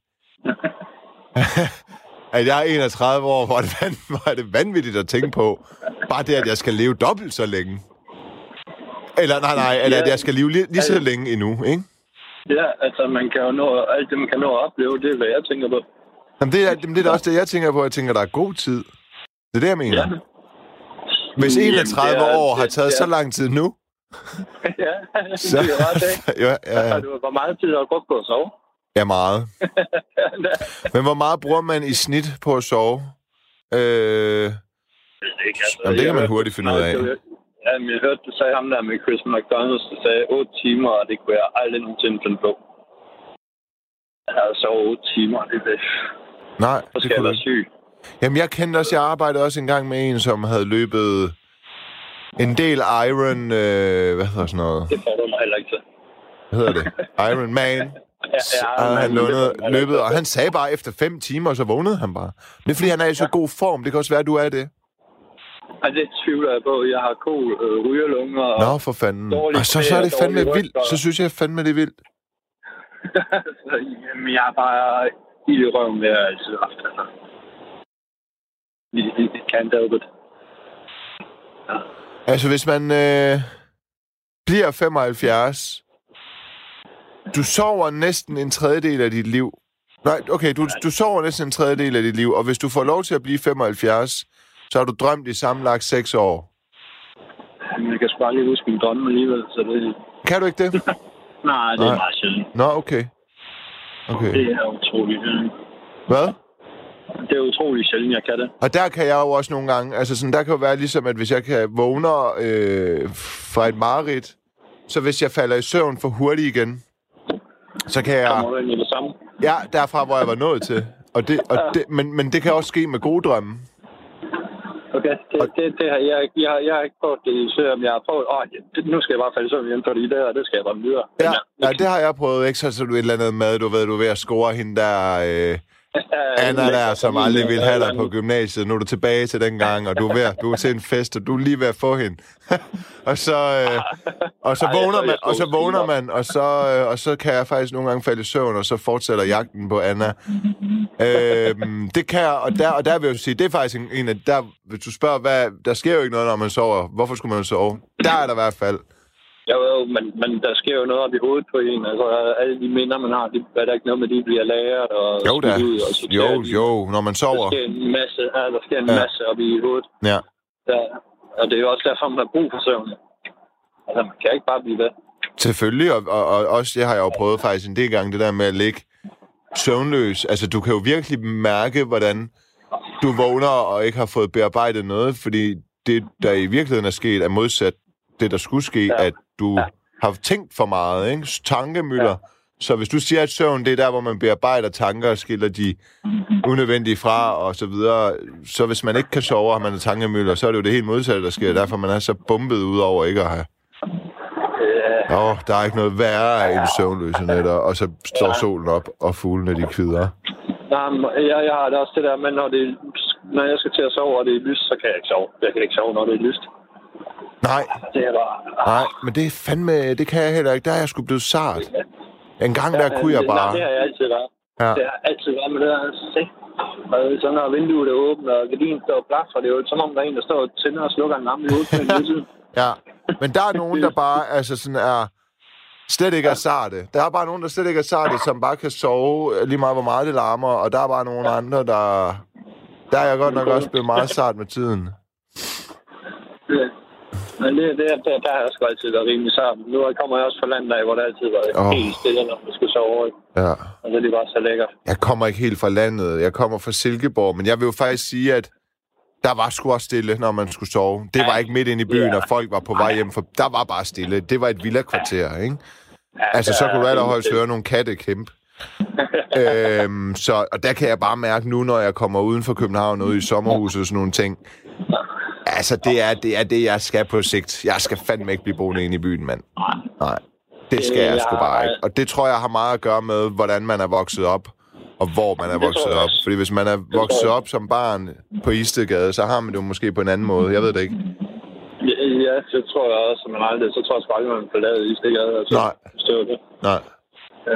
at jeg er 31 år, hvor er det vanvittigt at tænke på. Bare det, at jeg skal leve dobbelt så længe. Eller nej, eller at jeg skal leve lige så længe endnu, ikke? Ja, altså man kan jo nå, alt det, man kan nå at opleve, det er, hvad jeg tænker på. Jamen, det er også det, jeg tænker på. Jeg tænker, der er god tid. Det er det, jeg mener. Ja. Hvis 31 år har taget så lang tid nu... Ja, så, det er ret, ikke? Ja. Hvor meget tid har du brugt på at sove? Ja, meget. Men hvor meget bruger man i snit på at sove? Jamen, det kan man hurtigt finde ud af. Ja, men jeg hørte, du sagde ham der med Chris McDonald's, der sagde 8 timer, og det kunne jeg aldrig nogensinde finde på. Jeg havde sovet 8 timer, det er det. Nej, så skal jeg være syg. Jamen, jeg kendte også, jeg arbejdede også engang med en, som havde løbet en del Iron... hvad hedder sådan noget? Det får du mig heller ikke til. Hvad hedder det? Iron Man. Han løbet, og han sagde bare efter 5 timer, så vågnede han bare. Det er fordi, han er i så god form. Det kan også være, at du er det. Ja, det tvivler jeg på. Jeg har rygerlunger. Nå, for fanden. Og så er det fandme vildt. Så synes jeg fandme, det er vildt. Jamen, jeg er bare i røven med at altid haft. Det kan det jo. Ja. Altså, hvis man bliver 75... Du sover næsten en tredjedel af dit liv. Nej, okay, du sover næsten en tredjedel af dit liv, og hvis du får lov til at blive 75, så har du drømt i sammenlagt 6 år. Jeg kan sgu bare lige huske min drømme alligevel, så det... Kan du ikke det? Nej, det er meget sjældent. Nå, okay. Det er utroligt. Hvad? Det er utroligt sjældent, jeg kan det. Og der kan jeg jo også nogle gange... Altså, sådan, der kan jo være ligesom, at hvis jeg kan vågne fra et mareridt, så hvis jeg falder i søvn for hurtigt igen, så kan jeg... Kommer du ind i det samme? Ja, derfra, hvor jeg var nået til. Men det kan også ske med gode drømme. Okay, det har jeg har ikke prøvet det, selvom jeg har prøvet... nu skal jeg bare falde i søvn igen, fordi det skal jeg bare videre. Ja, det har jeg prøvet, ikke? Så du et eller andet med, du er ved at score hende der... Anna der, som aldrig ville have dig på gymnasiet. Nu er du tilbage til den gang, og du er til en fest, og du er lige ved at få hende. og så vågner man, og så kan jeg faktisk nogle gange falde i søvn, og så fortsætter jagten på Anna. Det kan jeg, og der vil jeg sige, det er faktisk en af der, hvis du spørger, der sker jo ikke noget, når man sover. Hvorfor skulle man sove? Der er der i hvert fald. Jo, men der sker jo noget op i hovedet på en. Altså, alle de minder, man har, det er der ikke noget med, de bliver lagret og ud. Jo, når man sover. Der sker en masse op i hovedet. Ja. Og det er jo også derfor, man har brug for søvn. Altså, man kan ikke bare blive ved. Selvfølgelig, og også, det har jeg jo prøvet faktisk en del gange, det der med at ligge søvnløs. Altså, du kan jo virkelig mærke, hvordan du vågner og ikke har fået bearbejdet noget, fordi det, der i virkeligheden er sket, er modsat det, der skulle ske, at du har tænkt for meget, ikke? Tankemøller. Ja. Så hvis du siger, at søvn, det er der, hvor man bearbejder tanker og skiller de unødvendige fra, og så videre. Så hvis man ikke kan sove, og man er tankemøller, så er det jo det helt modsatte, der sker. Derfor man er så bumpet ud over ikke at have... der er ikke noget værre end søvnløse nætter, og så står solen op, og fuglene, de kvider. Jeg har det også det der, men når jeg skal til at sove, og det er lyst, så kan jeg ikke sove. Jeg kan ikke sove, når det er lyst. Nej. Det er bare... Nej, men det er fandme... Det kan jeg heller ikke. Der er jeg sgu blevet sart. En gang der kunne jeg bare... Det har jeg altid været. Ja. Det har altid været med det der se. Og så når vinduet er åbent, og gardinen står blaf, og det er jo som om, der er en, der står og tænder og slukker en lampe i hovedet på en tid. Ja, men der er nogen, der bare slet ikke er sarte. Der er bare nogen, der slet ikke er sarte, som bare kan sove lige meget, hvor meget det larmer, og der er bare nogle andre, der... Der er jeg godt nok også blevet meget sart med tiden. Ja. Men der har jeg sgu altid været rimelig sammen. Nu kommer jeg også fra landet af, hvor der altid var helt stille, når man skulle sove. Ja. Og så er det bare så lækkert. Jeg kommer ikke helt fra landet. Jeg kommer fra Silkeborg, men jeg vil jo faktisk sige, at der var sgu også stille, når man skulle sove. Det var ikke midt inde i byen, og folk var på vej hjem, for der var bare stille. Det var et villakvarter, ikke? Ja, altså, så kunne du allerhøjst høre nogle katte kæmpe. Og der kan jeg bare mærke nu, når jeg kommer uden for København, ude i sommerhuset og sådan nogle ting. Altså, det er det, jeg skal på sigt. Jeg skal fandme ikke blive boende inde i byen, mand. Nej. Det skal jeg sgu bare ikke. Og det tror jeg har meget at gøre med, hvordan man er vokset op, og hvor man er vokset op. Fordi hvis man er vokset op som barn på Istedgade, så har man det jo måske på en anden måde. Jeg ved det ikke. Ja, det tror jeg også, at man aldrig... Så tror jeg sgu aldrig, man får lavet Istedgade. Altså, Nej. Forstår det. Nej. Ja,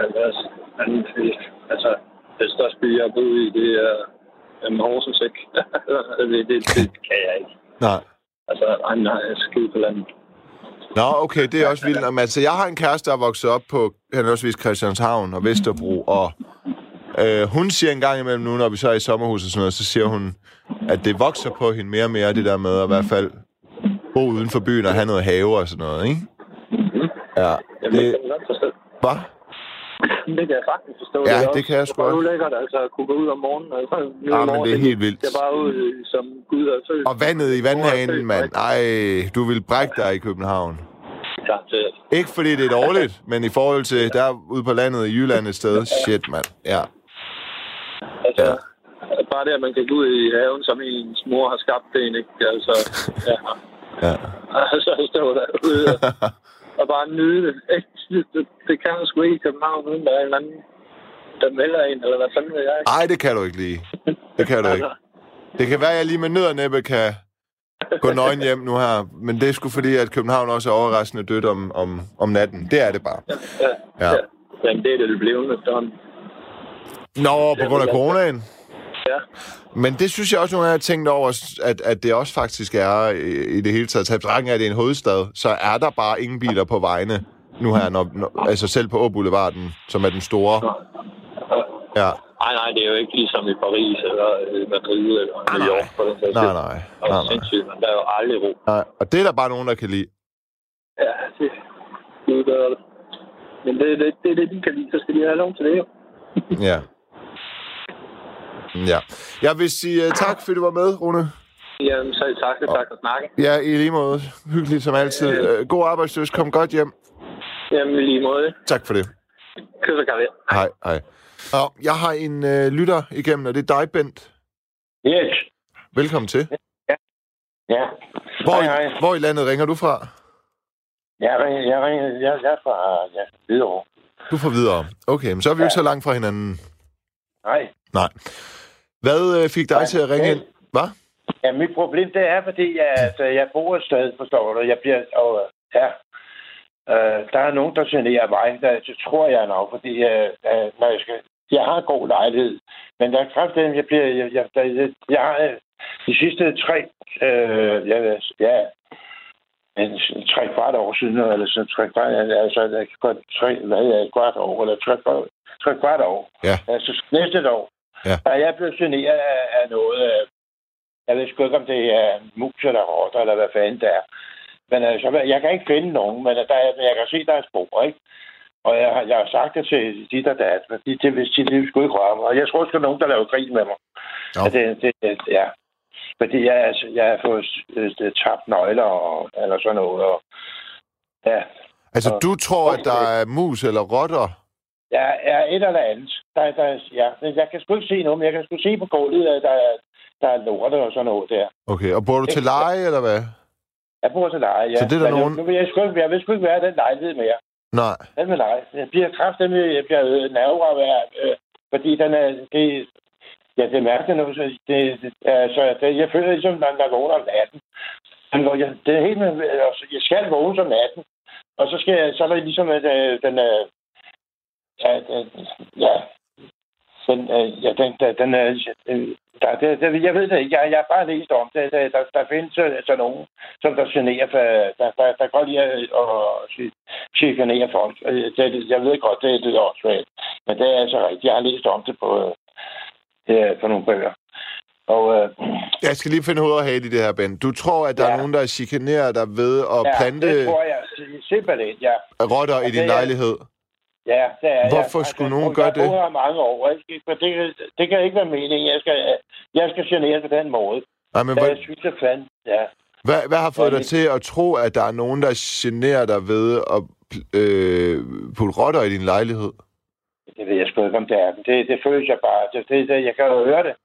altså, det største by, jeg har boet i, det er Horsens, ikke? det kan jeg ikke. Nej. Altså, nej, jeg skal ud på landet. Nå, okay, det er også vildt. Men altså, jeg har en kæreste, der er vokset op på henholdsvis Christianshavn og Vesterbro, og hun siger en gang imellem nu, når vi så er i sommerhus og sådan noget, så siger hun, at det vokser på hende mere og mere, det der med at i hvert fald bo uden for byen og have noget have og sådan noget, ikke? Mm-hmm. Ja. Jamen, det kan jeg godt forstå. Hvad? Det kan jeg faktisk forstå. Ja, det kan jeg sgu også. Det er ulækkert, altså, at kunne gå ud om morgenen. Altså, men det er helt vildt. Det er bare ud som Gud og søg. Og vandet i vandhanen, mand. Ej, du vil brække dig i København. Ikke fordi det er dårligt, men i forhold til derude på landet i Jylland et sted. Shit, mand. Ja. Altså, bare det, at man kan gå ud i haven, som ens mor har skabt det, ikke? Altså, ja. Ja. Altså, stå derude og bare nyde det. Det kan man sgu ikke i København, uden der er en eller anden, der melder en, eller hvad fanden ved jeg. Ej, det kan du ikke lige. Det kan du ikke. Det kan være, at jeg lige med nød og næppe kan gå nøgen hjem nu her, men det er sgu fordi, at København også er overraskende dødt om natten. Det er det bare. Ja. Jamen, det er det blevet efterhånden. Nå, på grund af coronaen? Ja. Men det synes jeg også, nogle af jer har tænkt over, at det også faktisk er i det hele taget. Taget er det en hovedstad, så er der bare ingen biler på vejene nu her, altså selv på Åboulevarden, som er den store. Ja. Nej, det er jo ikke ligesom i Paris, eller Madrid, eller New York. Nej. Sindssygt, men der er jo aldrig ro. Nej, og det er der bare nogen, der kan lide. Ja, det gør det. Men det er det, de kan lide, så skal de have lov til det, jo. Ja. Ja. Jeg vil sige tak, fordi du var med, Rune. Jamen, så tak for snakken. Ja, i lige måde. Hyggeligt som altid. God arbejdsløs. Kom godt hjem. Jamen, i lige måde. Tak for det. Kys og kærlighed. Hej. Og jeg har en lytter igennem, og det er dig, Bent. Yes. Velkommen til. Ja. Hvor i landet ringer du fra? Jeg er fra Hvidovre. Du er fra Hvidovre. Okay, men så er vi jo ikke så langt fra hinanden. Nej. Hvad fik dig til at ringe ind? Hvad? Ja, mit problem, det er, fordi jeg bor et sted, forstår du. Der er nogen, der generer mig. Det tror jeg nok, fordi når jeg har en god lejlighed. Men der er kraftigt, jeg har de sidste 3 kvart år siden, eller så 3 kvart, altså godt 3 år, eller 3 kvart år. Ja. Altså næste år. Ja. Og jeg blev generet af noget, jeg ved sgu ikke, om det er mus eller rotter, eller hvad fanden det er. Men altså, jeg kan ikke finde nogen, men jeg kan se, der er spor, ikke? Og jeg har sagt det til dit og dat, men det vil sige, det skulle ikke røre mig. Og jeg tror også, der er nogen, der laver grin med mig. Ja. Fordi jeg har fået tabt nøgler eller sådan noget. Og, ja. Altså, du tror, at der er mus eller rotter? Ja, et eller andet. Jeg kan sgu ikke se noget, men jeg kan sgu se på gulvet, at der er lorte og sådan noget der. Okay, og bor du til leje, eller hvad? Jeg bor til leje, ja. Så det er der nogen... Nu vil jeg vil sgu ikke være den lejlighed mere. Nej. Den med leje. Jeg bliver kraftigt, jeg bliver nerveret, fordi den er... Det mærker nu, jeg føler ligesom, når jeg vågner om natten. Det er helt med, jeg skal vågne om natten, og så er der ligesom, jeg ved det ikke, jeg har bare læst om det, der findes så nogen, som der generer, der godt lide at chikanere folk. Jeg ved godt, det er også svært, men det er altså rigtigt, jeg har læst om det på nogle bøger. Og, jeg skal lige finde hoved og hale i det her, Ben. Du tror, at der er nogen, der chikanerer dig ved at plante... det tror jeg simpelthen, ja. Rotter i din lejlighed? Ja, det er Hvorfor skulle nogen gøre det? Jeg bor her mange år, ikke? For det kan ikke være meningen. Jeg skal genere på den måde. Nej, men jeg synes, det fandt, ja. Hvad har fået dig til at tro, at der er nogen, der generer dig ved at putte rotter i din lejlighed? Det ved jeg sgu ikke, om det er. Det føles jeg bare. Jeg kan jo høre det.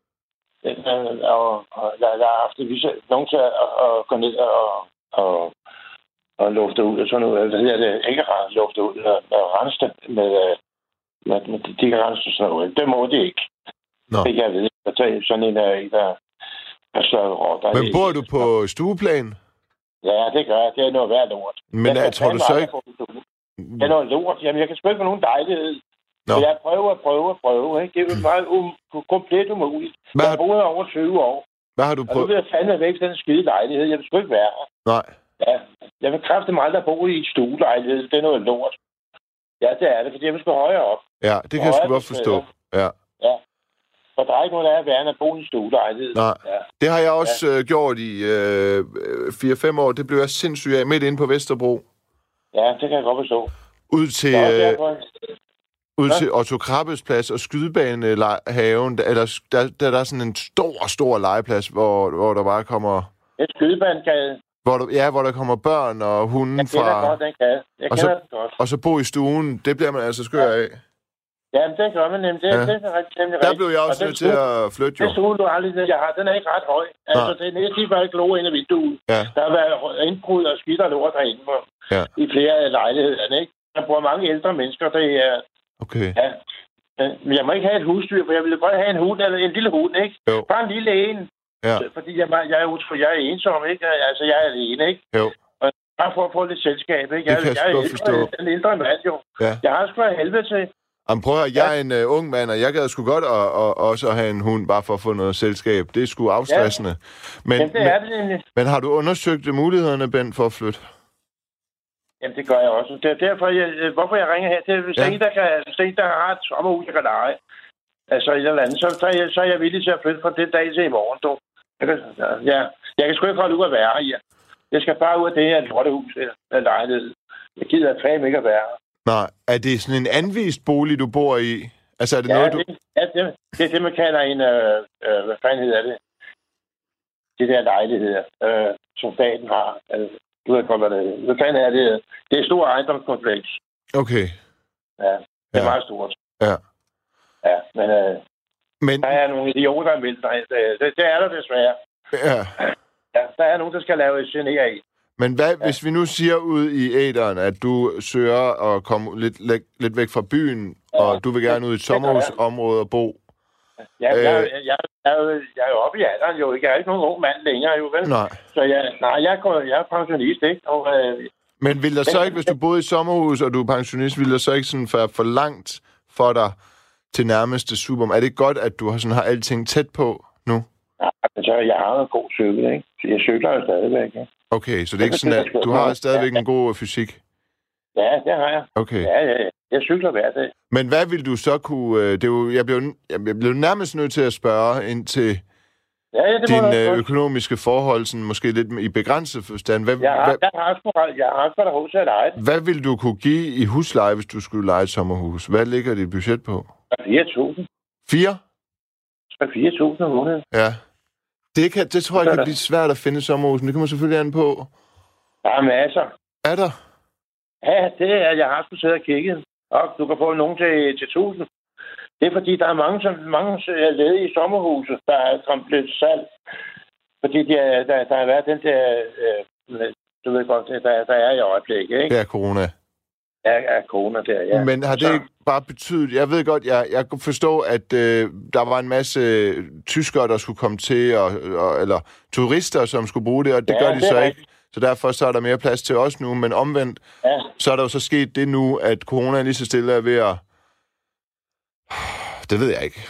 Og jeg har haft nogen til at gå ned og lufte ud og sådan noget. Det hedder det ikke lufte ud og rense det med de kan rense sådan noget. Det må det ikke. Nå. Det kan jeg vide. Der tager sådan en der slået rotter. Men bor du på stueplan? Ja, det gør jeg. Det er noget værd lort. Men jeg tror du så ikke... Det er noget lort. Jamen, jeg kan sgu ikke få nogen dejlighed. Nå. Så jeg prøver, ikke? Det er jo meget komplet umuligt. Jeg har boet over 20 år. Hvad har du prøvet? Og nu vil jeg fandme væk den skide lejlighed. Jeg vil sgu ikke være her. Nej. Ja, jeg vil kræfte mig aldrig bo i et stuelejlighed. Det er noget lort. Ja, det er det, fordi jeg vil sgu højere op. Ja, det kan jeg sgu godt forstå. Ja. For der er ikke noget, der er værre end at bo i en stuelejlighed. Nej, det har jeg også gjort i 4-5 år. Det blev jeg sindssygt af midt inde på Vesterbro. Ja, det kan jeg godt forstå. Ud til Otto Krabbes plads og Skydebanehaven. Der er sådan en stor legeplads, hvor der bare kommer... Et skydebanegade. Hvor der kommer børn og hunden fra... Jeg kender godt den gade. Jeg kender den godt. Og så bo i stuen, det bliver man altså skør af. Jamen, det gør man nemlig. Det er rigtig rigtigt. Der blev jeg også nødt til at flytte, jo. Den stue, du aldrig jeg har, den er ikke ret høj. Altså, det er næsten bare ikke lov ind af vinduet. Ja. Der har været indbrud og skidt og lort derinde i flere af lejlighederne, ikke? Der bor mange ældre mennesker, der er... Okay. Ja. Men jeg må ikke have et husdyr, for jeg ville godt have en hund, eller en lille hund, ikke? Jo. Bare en lille en. Ja. Fordi jeg er ensom, ikke? Altså, jeg er alene, ikke? Jo. Og bare for at få lidt selskab, ikke? Jeg er en ældre mand, jo. Ja. Jeg har sgu af helvede til. Jamen prøv at jeg er en ung mand, og jeg gad sgu godt også have en hund, bare for at få noget selskab. Det er sgu afstressende. Men det er det nemlig. Men har du undersøgt mulighederne, Ben, for at flytte? Jamen, det gør jeg også. Det er derfor, hvorfor jeg ringer her til, hvis der har et sommerhus, jeg kan lege, altså et eller andet, så er jeg villig til at flytte fra den dag til i morgen, dog. Jeg kan sgu ikke holde ud at være her. Jeg skal bare ud af det her lortehus eller lejlighed. Jeg gider fandme ikke at være her. Nej, er det sådan en anvist bolig, du bor i? Altså, er det noget, du... Det er det, man kalder en... hvad fanden hedder det? Det der lejligheder, som staten har. Altså, du ved godt, hvad det er. Hvad fanden er det? Det er et stort ejendomskompleks. Okay. Ja, det er meget stort. Ja. Ja, men der er nogle idioter imellem dig. Det er der desværre. Ja. Ja, der er nogen, der skal lave et gener i. Men hvis vi nu siger ud i æteren, at du søger at komme lidt væk fra byen, og du vil gerne ud i et sommerhusområde og bo? Ja, jeg er jo oppe i alderen, jo. Jeg er ikke nogen ung mand længere, jo, vel? Nej. Så jeg er pensionist, ikke? Og, men vil der så ikke, hvis du boede i sommerhus, og du er pensionist, vil der så ikke sådan være for langt for dig til nærmeste supermarked? Er det godt, at du har alting tæt på nu? Ja, altså, jeg har en god cykel, ikke? Jeg cykler jo stadigvæk, ikke? Okay, så det er ikke sådan, at du har stadigvæk en god fysik? Ja, det har jeg. Okay. Ja. Jeg cykler hver dag. Men hvad vil du så kunne... Jeg blev nærmest nødt til at spørge ind til dine økonomiske forhold, sådan måske lidt i begrænset forstand. Jeg har sgu da hus at leje. Hvad vil du kunne give i husleje, hvis du skulle leje et sommerhus? Hvad ligger dit budget på? 4.000. 4? 4.000 om måneden. Ja. Det tror jeg kan blive svært at finde sommerhus, men det kommer selvfølgelig an på. Der er masser. Er der? Ja, det er, jeg har sgu siddet og kigget. Og du kan få nogen til 1.000. Det er fordi, der er mange ledige sommerhuse, der er kommet til salg. Fordi der har været den der, du ved godt, der er i øjeblikket, ikke? Det er corona. Ja, corona der, ja. Men har det ikke bare betydet... Jeg ved godt, jeg kunne forstå, at der var en masse tyskere, der skulle komme til, eller turister, som skulle bruge det, og det gør de så ikke. Så derfor så er der mere plads til os nu, men omvendt, så er der jo så sket det nu, at corona lige så stille er ved at... Det ved jeg ikke.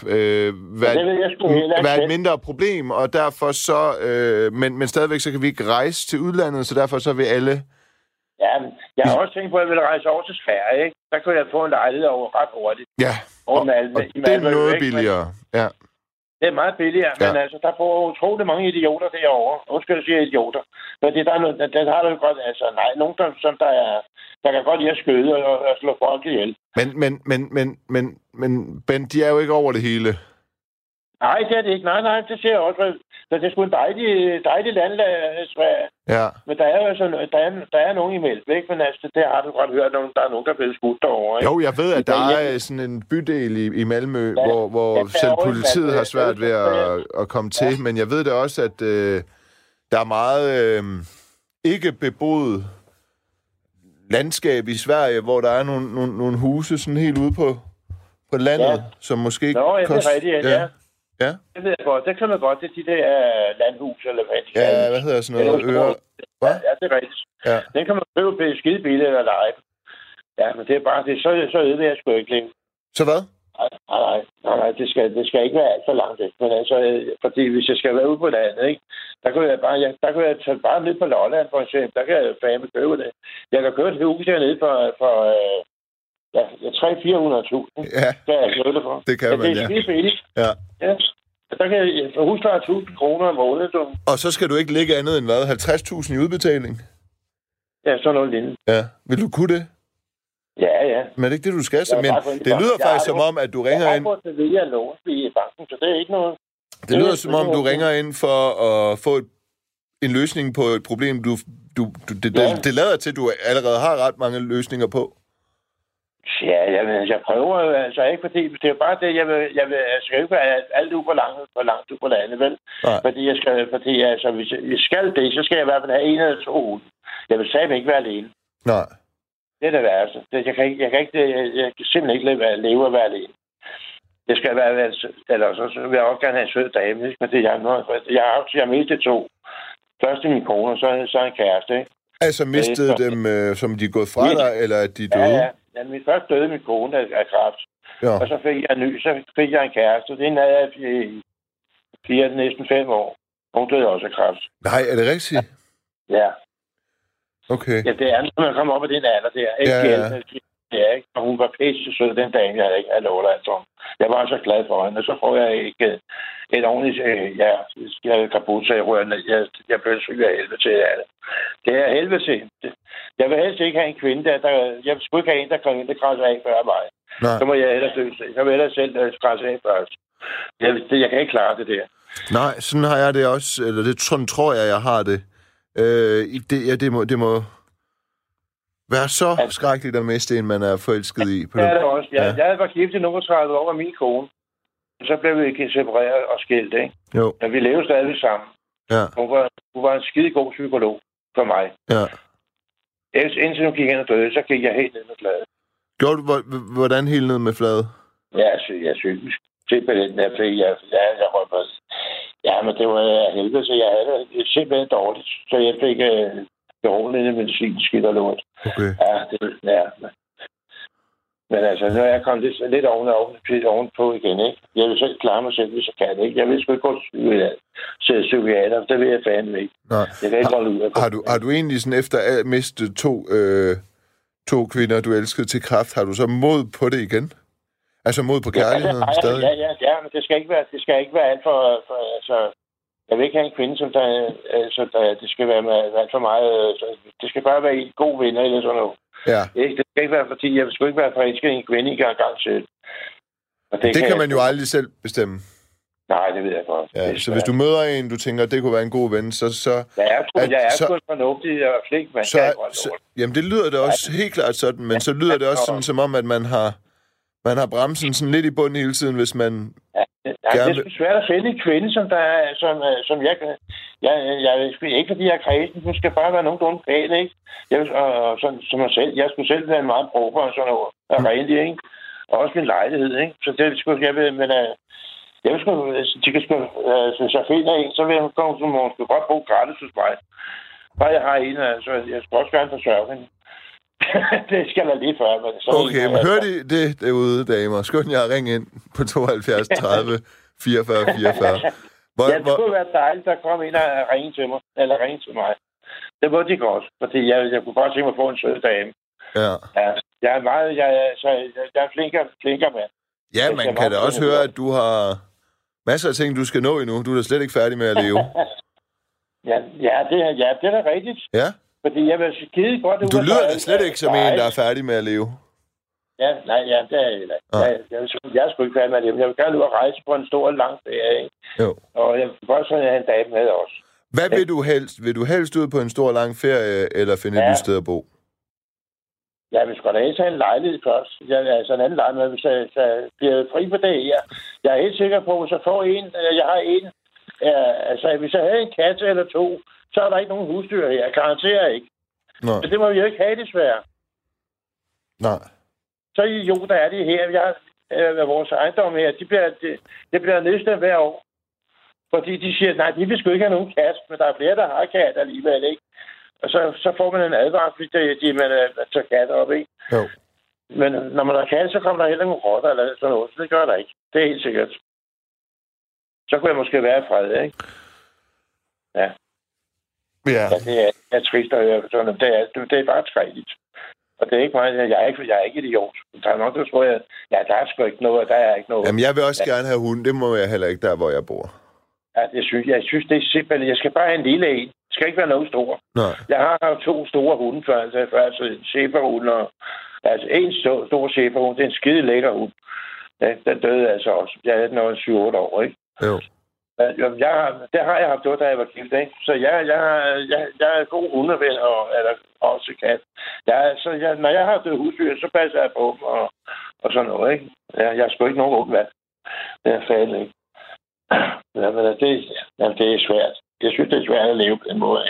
Være et mindre problem, og derfor så... Men stadigvæk så kan vi ikke rejse til udlandet, så derfor så vil alle... Ja, jeg har også tænkt på, at jeg ville rejse over til Sverige, ikke? Der kunne jeg få en lejlighed over ret hurtigt. Ja, og det er noget billigere. Ja. Det er meget billigere, men altså, der får utroligt mange idioter derovre. Nu skal jeg sige idioter. Men der har du godt, altså, nogen, der kan godt lide at skyde og slå folk ihjel. Men Ben, de er jo ikke over det hele. Nej, det er det ikke. Nej, det ser jeg også. Så det er sgu en dejlig land, Sverige. Ja. Men der er jo sådan, der er nogen imellem, ikke? Men altså, det har du godt hørt, der er nogen, der er blevet skudt derovre, ikke? Jo, jeg ved, at der er sådan en bydel i Malmø, hvor selv politiet har svært ved at komme til. Men jeg ved da også, at der er meget ikke beboet landskab i Sverige, hvor der er nogle huse sådan helt ude på landet, som måske ikke koster... det er rigtigt, ja. Ja. Det ved jeg godt. Det kan man godt. Det er de der landhus, eller hvad de kalder. Ja, hvad hedder sådan noget? Ja, det er rigtigt. Ja. Den kan man købe på skide billigt eller lege. Ja, men det er bare det. Så øde jeg sgu ikke længe. Så hvad? Nej, det skal ikke være alt for langt. Men altså, fordi hvis jeg skal være ude på landet, ikke, der kan jeg tage bare ned på Lolland, for eksempel. Der kan jeg fandme købe det. Jeg kan købe et hus hernede for 300-400.000. Ja, det for. Det kan man, ja. Det er skide billigt. Ja. Der kan jeg få husleje 1.000 kroner om måneden. Og så skal du ikke lægge andet end hvad? 50.000 i udbetaling? Ja, sådan noget lignende. Ja. Vil du kunne det? Ja. Men er det ikke det, du skal? Men det lyder faktisk som om, at du ringer ind... Jeg har fået det via lån i banken, så det er ikke noget... Det lyder som om, du ringer ind for at få en løsning på et problem, det lader til, at du allerede har ret mange løsninger på. Ja, jeg prøver altså ikke, fordi det er bare det, jeg skal ikke være alt ude for langt ude på landet, vel? Nej. Fordi altså, hvis jeg skal det, så skal jeg i hvert fald have 1 eller 2 uger. Jeg vil simpelthen ikke være alene. Nej. Det er det værste. Jeg kan simpelthen ikke leve at være alene. Det skal være, eller så vil jeg også gerne have en sød dame, ikke? Fordi jeg har mistet 2. Først min kone, og så en kæreste, ikke? Altså mistede dem, som de er gået fra dig, eller er de døde? Ja, min først døde min kone af kræft. Ja. Og så fik jeg en kæreste. Det havde jeg næsten 5 år. Hun døde også af kræft. Nej, er det rigtigt? Ja. Okay. Ja, det er, når man kommer op af den alder der. Ikke? Ja, ikke? Og hun var pæst sød den dag, jeg ikke havde lovet alt om. Jeg var så glad for hende, og så får jeg ikke et ordentligt... jeg er kaput, så jeg rører ned. Jeg blev syg af helvede til det. Det er helvede til. Jeg vil helst ikke have en kvinde, jeg vil sgu ikke have en, der kommer ind, der krasser af før mig. Nej. Så må jeg ellers dø. Jeg vil ellers selv krasse af først. Jeg kan ikke klare det der. Nej, sådan har jeg det også. Eller sådan tror jeg har det. Det må være så skrækkeligt at miste en, man er forelsket i. Ja, det er også. Jeg var gift i 30 år med min kone. Så blev vi ikke separeret og skilt, ikke? Jo. Men vi levede stadig sammen. Ja. Hun var en skide god psykolog for mig. Ja. Indtil hun gik hen og døde, så gik jeg helt ned med flade. Gjorde du, hvordan helt ned med flade? Ja, jeg synes. Simpelthen, jeg røg på. Ja, men det var helvede, så jeg havde det simpelthen dårligt. Så jeg fik beroligende medicin, skidt og lort. Okay. Ja. Men altså, nu er jeg kommet lidt ovenpå igen, ikke? Jeg vil selv klare mig selv, hvis jeg kan, ikke? Jeg vil sgu ikke gå til psykiater, det vil jeg fandme ikke. Nej. Jeg kan ikke holde ud af. Har du egentlig sådan efter at miste to kvinder, du elskede til kræft, har du så mod på det igen? Altså mod på kærligheden stadig? Ja, men det skal ikke være alt for altså, jeg vil ikke have en kvinde, det skal være med alt for meget, det skal bare være en god venner eller sådan noget. Ja. Det skal ikke være, fordi jeg vil sgu ikke være forelsket i en kvinde i gang selv. Det kan man jo aldrig selv bestemme. Nej, det ved jeg godt. Ja, så hvis du møder en, du tænker, det kunne være en god ven, så... Jeg er sgu fornuftig og flink, men jamen, det lyder det også helt klart sådan, men så lyder det også sådan, som om, at man har bremsen sådan lidt i bunden hele tiden, hvis man... Ja, det er svært at finde en kvinde, som jeg kan... Ikke fordi jeg er kredsen, hun skal bare være nogenlunde pæn, ikke? Som mig selv. Jeg skulle selv være en meget prober og sådan noget. Og rent, ikke? Og også min lejlighed, ikke? Så det skulle jeg ved, men... Jeg vil sgu... De kan sgu... Hvis jeg finder en, så vil hun godt bo gratis hos mig. Bare jeg har en, altså... Jeg skal også gerne forsørge hende. Det skal der lige før. Men så okay, men hør de det derude, damer? Skynd jer at ringe ind på 72 30 44 44. Det kunne være dejligt, at komme ind og ringe til mig. Eller ringe til mig. Det må de godt, fordi jeg kunne godt tænke mig at få en sød dame. Ja. Jeg er meget... Jeg er flinkere mand. Ja, man kan da også høre, at du har masser af ting, du skal nå endnu. Du er da slet ikke færdig med at leve. Det er da rigtigt. Ja. Fordi jeg vil skide godt... Du lyder da slet ikke som en, der er færdig med at leve. Det er jeg ikke. Jeg er sgu ikke færdig med at leve. Jeg vil gerne ud og rejse på en stor og lang ferie, ikke? Jo. Og jeg vil også have en dame med også. Hvad vil du helst? Vil du helst ud på en stor lang ferie, eller finde et nyt sted at bo? Jeg vil sgu da ikke have en lejlighed først. Altså en anden lejlighed, hvis jeg bliver fri på det her. Jeg er helt sikker på, hvis jeg får en... Jeg har en... Altså, hvis jeg havde en kat eller 2... så er der ikke nogen husdyr her. Jeg garanterer ikke. Nå. Så det må vi jo ikke have, desværre. Nej. Så idioter er de her. Vores ejendom her, det bliver nedstemt hver år. Fordi de siger, nej, de vil sgu ikke have nogen kat, men der er flere, der har kat alligevel, ikke? Og så får man en advarsel, fordi man tager katter op, ikke? Jo. Men når man har kat, så kommer der heller nogle rotter eller sådan noget. Så det gør der ikke. Det er helt sikkert. Så kunne jeg måske være i fred, ikke? Ja. Ja. Ja, det er trist at høre sådan. Det er bare træligt. Og det er ikke mig. Jeg er ikke idiot. Der er nok, der tror jeg, ja, der er sgu ikke noget, der er ikke noget. Jamen, jeg vil også gerne have hund. Det må jeg heller ikke der, hvor jeg bor. Ja, jeg synes, det er simpelthen... Jeg skal bare have en lille en. Det skal ikke være noget stor. Nej. Jeg har haft 2 store hunde før. Altså en schæferhund og... Altså en stor schæferhund. Det er en skide lækker hund. Ja, den døde altså også. Jeg havde den også 7-8 år, ikke? Jo. Det har jeg haft, da jeg var gift, ikke? Så jeg er god hundeven eller også kat. Når jeg har haft husdyr, så passer jeg på dem og sådan noget, ikke? Jeg er sgu ikke nogen ond vand. Det er færdigt, ikke? Jamen, det er svært. Jeg synes, det er svært at leve på den måde.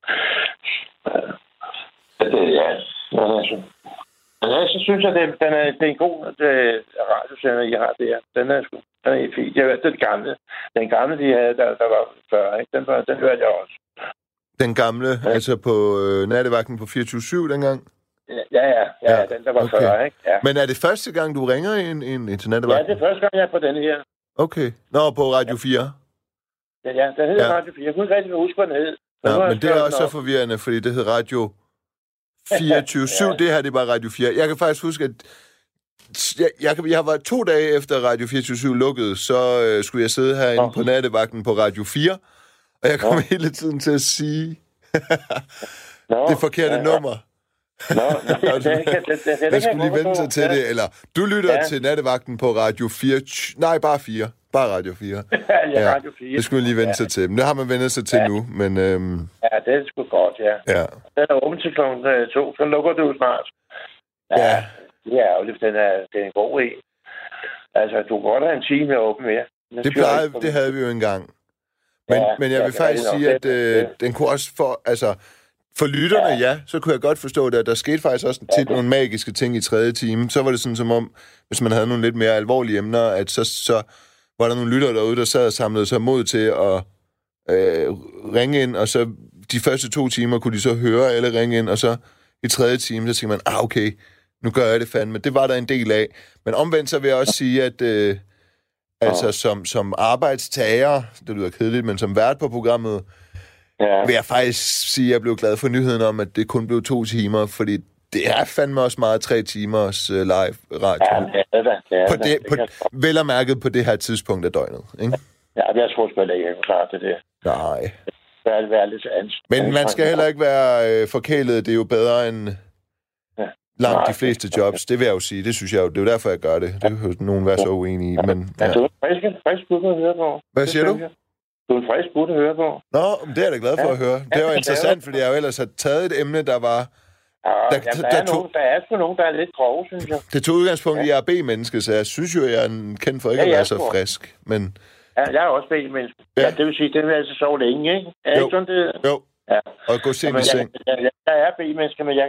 Ja, så synes jeg, det er en god radiosender, I har der. Den er helt fint. Jeg hørte den gamle, de havde, der var før, ikke? Den hørte jeg også. Den gamle, ja. Altså på nattevagten på 24/7 dengang? Ja, den der var okay. Før, ikke? Ja. Men er det første gang, du ringer ind til nattevagten? Ja, det er første gang, jeg er på den her. Okay. Nå, på Radio 4? Ja, den hedder Radio 4. Jeg kunne ikke rigtig huske, hvad den hed. Ja, men det er også så forvirrende, fordi det hed Radio 24/7. Ja. Det her, det er bare Radio 4. Jeg kan faktisk huske, at jeg var 2 dage efter Radio 24/7 lukkede, så skulle jeg sidde herinde på nattevagten på Radio 4, og jeg kom hele tiden til at sige det forkerte nummer. Jeg skulle lige vente sig til det, eller du lytter til nattevagten på Radio 4. Nej, bare 4. Bare Radio 4. Ja, Radio 4. Det skulle jeg lige vente sig til. Men det har man vendt sig til nu, men... Ja, det er sgu godt, ja. Den er åben til kl. 2, så lukker du snart. Ja. Det er ærgerligt, det er en god en. Altså, du kan godt have en time åben mere. Det havde vi jo engang. Men jeg vil faktisk sige, at den kunne også for lytterne, så kunne jeg godt forstå det, at der skete faktisk også tit nogle magiske ting i 3. time. Så var det sådan som om, hvis man havde nogle lidt mere alvorlige emner, at så var der nogle lyttere derude, der sad og samlede sig mod til at ringe ind, og så de første 2 timer kunne de så høre eller ringe ind, og så i 3. time, så tænker man, okay, nu gør jeg det fandme. Det var der en del af. Men omvendt så vil jeg også sige, at som arbejdstager, det lyder kedeligt, men som vært på programmet, vil jeg faktisk sige, at jeg blev glad for nyheden om, at det kun blev 2 timer, fordi det er fandme også meget 3 timers live radio. Ja, det er det. Vel og mærket på det her tidspunkt af døgnet, ikke? Ja, jeg tror sgu ikke, jeg kan klare det der. Nej. Det er være lidt ansigt. Men man skal heller ikke være forkælet. Det er jo bedre end langt de fleste jobs. Det vil jeg jo sige. Det synes jeg jo. Det er jo derfor, jeg gør det. Det kan nogen være så uenige i. Men, ja. Du er en frisk bud at høre på. Hvad siger du? Du er en frisk bud at høre på. Nå, det er jeg da glad for at høre. Det er jo interessant, fordi jeg jo ellers har taget et emne, der var... Der er sgu nogen, der er lidt grove, synes jeg. Det tog udgangspunkt i, at jeg er B-menneske, så jeg synes jo, jeg er kendt for ikke at være så frisk. Men... Ja, jeg er også B-menneske. Ja, det vil sige, det vil altså sove længe, ikke? Er ikke sådan, det? Jo. Ja. Og gå sent i seng. Jeg er B-menneske, men jeg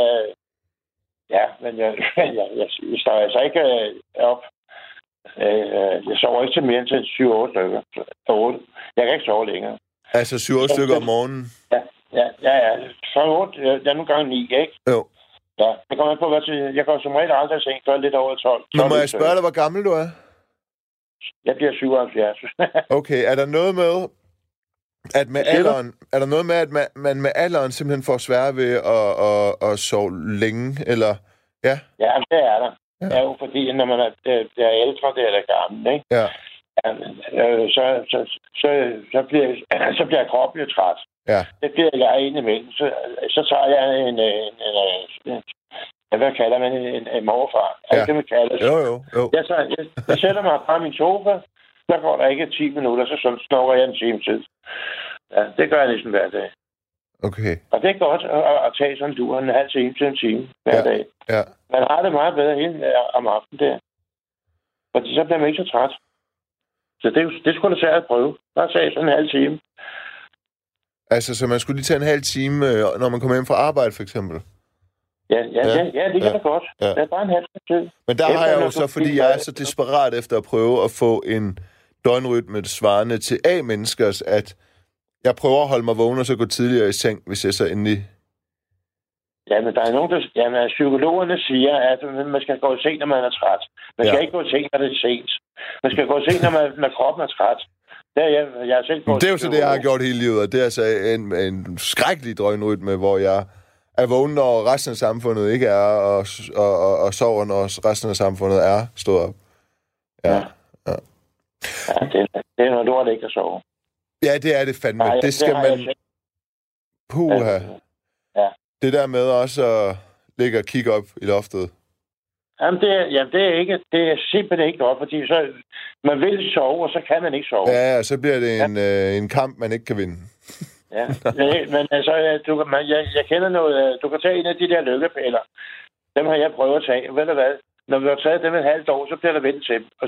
står altså ikke op. Jeg sover ikke til mere end til 7-8 stykker. 8. Jeg kan ikke sove længere. Altså 7-8 stykker om morgenen? Ja. Så 8. Jeg er nogle gange 9, ikke? Jo. Ja, det kommer an på, jeg går som regel aldrig i seng før lidt over 12. Men må jeg spørge dig, hvor gammel du er? Jeg bliver 77. Okay, er der noget med, at med alderen, man med alderen simpelthen får svære ved at sove længe, eller? Ja, det er der. Ja. Det er jo fordi, når man er ældre, det er gammel, ikke? Ja. Så bliver kroppen jo træt. Ja. Det bliver jeg indimellem. Så tager jeg hvad kalder man en morfar? Ja. Det, man kalder. Jo. Jeg sætter mig fra min sofa, så går der ikke 10 minutter, så snokker jeg en time tid. Ja, det gør jeg næsten hver dag. Okay. Og det er godt at tage sådan en dur, en halv time til en time hver dag. Ja. Man har det meget bedre hele om aftenen der. Fordi så bliver man ikke så træt. Så det skulle da særligt at prøve. Bare tage sådan en halv time. Altså, så man skulle lige tage en halv time, når man kommer hjem fra arbejde, for eksempel? Ja, det kan da godt. Ja. Det er bare en halv tid. Men der har jeg jo så, fordi jeg er så desperat efter at prøve at få en døgnrytme svarende til A-menneskers, at jeg prøver at holde mig vågen og så gå tidligere i seng, hvis jeg så endelig... Ja, men der er nogen, der... Jamen, psykologerne siger, at man skal gå i seng, når man er træt. Man skal ikke gå i seng, når det er sent. Man skal gå i seng, når kroppen er træt. Jeg er selv det er jo så det, jeg har gjort hele livet, og det er altså en skrækkelig døgnrytme, hvor jeg er vågen, når resten af samfundet ikke er, og sover, når resten af samfundet er stået op. Ja, det er noget lort ikke at sove. Ja, det er det fandme. Nej, det skal man... Puha. Ja. Det der med også at ligge og kigge op i loftet. Jamen, det er simpelthen ikke godt, fordi så, man vil sove, og så kan man ikke sove. Ja, så bliver det en kamp, man ikke kan vinde. Ja, men altså, jeg kender noget... Du kan tage en af de der lykkepiller. Dem har jeg prøvet at tage. Ved du hvad? Når du har taget dem et halvt år, så bliver der vendt til. Og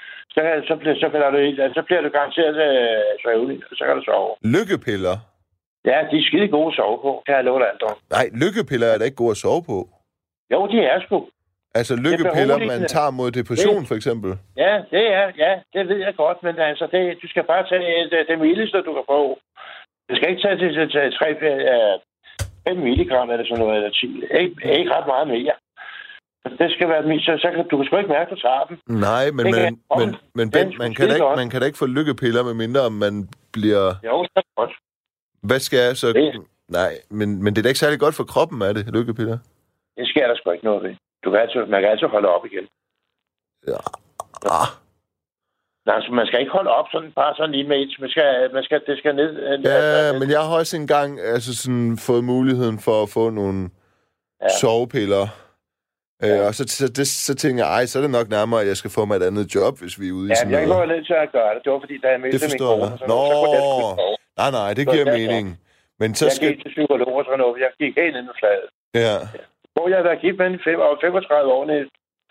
så bliver du garanteret søvnig, og så kan du sove. Lykkepiller? Ja, de er skide gode at sove på, kan jeg love dig alt om. Nej, lykkepiller er da ikke gode at sove på. Jo, de er sgu. Altså lykkepiller, man tager mod depression, for eksempel? Ja, det ved jeg godt, men altså, du skal bare tage det mildeste, du kan få. Du skal ikke tage til 5 milligram eller sådan noget, eller 10. Ikke ret meget mere. Det skal være så du kan sgu ikke mærke, at du tager dem. Nej, men Bent, man kan da ikke få lykkepiller, medmindre man bliver... Jo, så godt. Hvad skal jeg så... Nej, men det er da ikke særlig godt for kroppen, er det, lykkepiller? Det sker der sgu ikke noget ved. Man kan altid holde op igen. Ja. Nej, så man skal ikke holde op bare sådan lige med et. Det skal ned. Ja, men jeg har også engang fået muligheden for at få nogle sovepiller. Ja. Og så tænker jeg, så er det nok nærmere, at jeg skal få mig et andet job, hvis vi er ude i sådan noget. Ja, jeg går nødt til at gøre det. Det var fordi, da jeg mistede min kone. Nej, det giver mening. Men så jeg gik til psykolog og sådan noget. Jeg gik helt ind i fladet. Ja. Hvor jeg har været gift med en 35 år. Det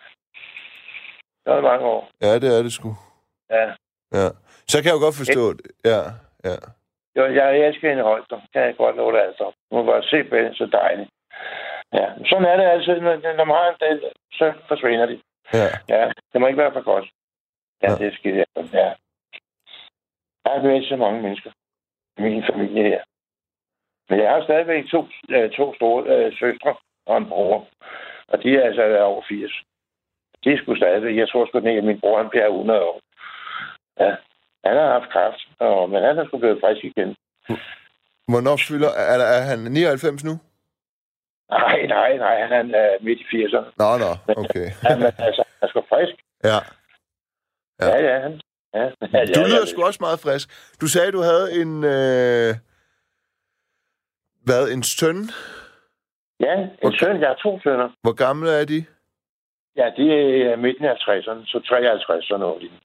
er mange år. Ja, det er det sgu. Ja. Så kan jeg jo godt forstå det. Ja. Jo, jeg elsker hende højt. Kan jeg godt love det altså. Du må bare se på det, så dejligt. Ja, sådan er det altid. Når man har en del, så forsvinder de. Ja, det må ikke være for godt. Ja, det er skidt. Ja. Jeg har været så mange mennesker i min familie her. Men jeg har stadigvæk to store søstre og en bror. Og de er altså over 80. De er sgu stadigvæk. Jeg tror sgu, at min bror han bliver 100 år. Ja, han har haft kræft, men han er sgu blevet frisk igen. Hvornår fylder... Er han 99 nu? Nej, han er midt i 80'erne. Nå, okay. Men altså, han er sgu frisk. Ja. Han. Ja. Du lyder sgu også meget frisk. Du sagde, du havde en søn? Ja, en søn. Jeg har 2 sønner. Hvor gamle er de? Ja, de er midten af 50'erne, så 53 sådan noget lignende.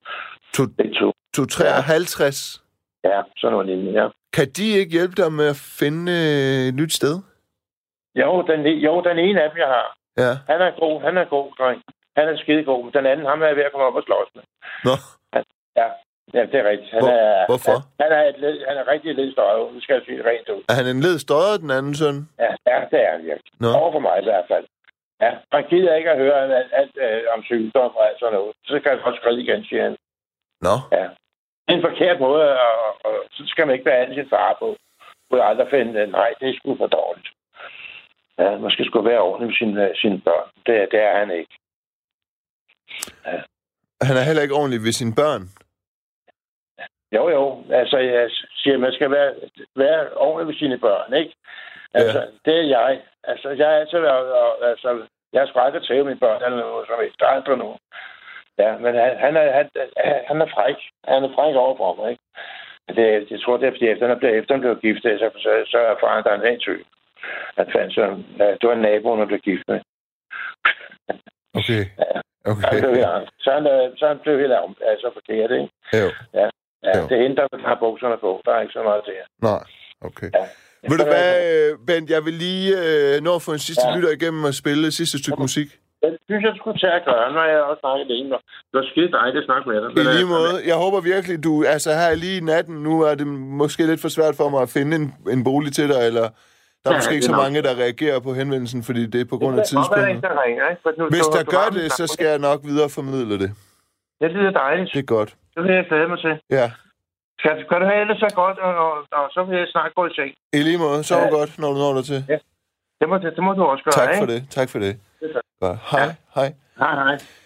53? Ja, sådan noget lignende, ja. Kan de ikke hjælpe dig med at finde et nyt sted? Jo, den ene af dem, jeg har. Ja. Han er god, dreng. Han er skidegod, men den anden, ham er jeg ved at komme op og slås med. Nå. Ja, det er rigtigt. Hvorfor? Han er rigtig ledstøjet. Nu skal jeg sige det rent ud. Er han en ledstøjet, den anden søn? Ja, det er han virkelig. Over for mig i hvert fald. Ja, han gider ikke at høre alt om sygdom og alt sådan noget. Så kan han også skride igen, siger han. Nå. Ja. Det er en forkert måde, og så skal man ikke behandle sin far på. Du kan aldrig finde, nej, det er sgu for dårligt. Ja, man skal sgu være ordentlig med sine børn. Det er han ikke. Ja. Han er heller ikke ordentlig ved sine børn? Jo. Altså, jeg siger, man skal være ordentlig ved sine børn, ikke? Altså, det er jeg. Altså, jeg har altid været... Altså, jeg har sgu aldrig tævet mine børn eller noget, som ikke. Der er aldrig nogen. Ja, men han er fræk. Han er fræk overfor mig, ikke? Jeg tror, det er, fordi efter han blev gift, så erfarer han, der er en helt tyk. Han fandt sådan... Det var naboen, der blev gift med. Okay. Så han blev helt altså forkert, ikke? Jo. Ja, det er hende, der har bukserne på. Der er ikke så meget til her. Nej, okay. Ja. Ved du hvad, Bent, jeg vil lige nå at få en sidste lytter igennem og spille sidste stykke musik. Det synes jeg skulle tage at gøre. Nu har jeg også snakket længe. Det var skide dejligt at snakke med dig. I lige måde. Jeg håber virkelig, du... Altså her lige i natten, nu er det måske lidt for svært for mig at finde en bolig til dig, eller Der er måske ikke så mange, der reagerer på henvendelsen, fordi det er på grund af tidspunktet. Hvis der gør det, så skal jeg nok videreformidle det. Det lyder dejligt. Det er godt. Det vil jeg glæde mig til. Ja. Kan du have det så godt, og så vil jeg snart gå i seng. I lige måde. Sov godt, når du når dig til. Ja. Det må du også gøre, Tak for det. Tak for det. Det er Hej. Hej. Hej.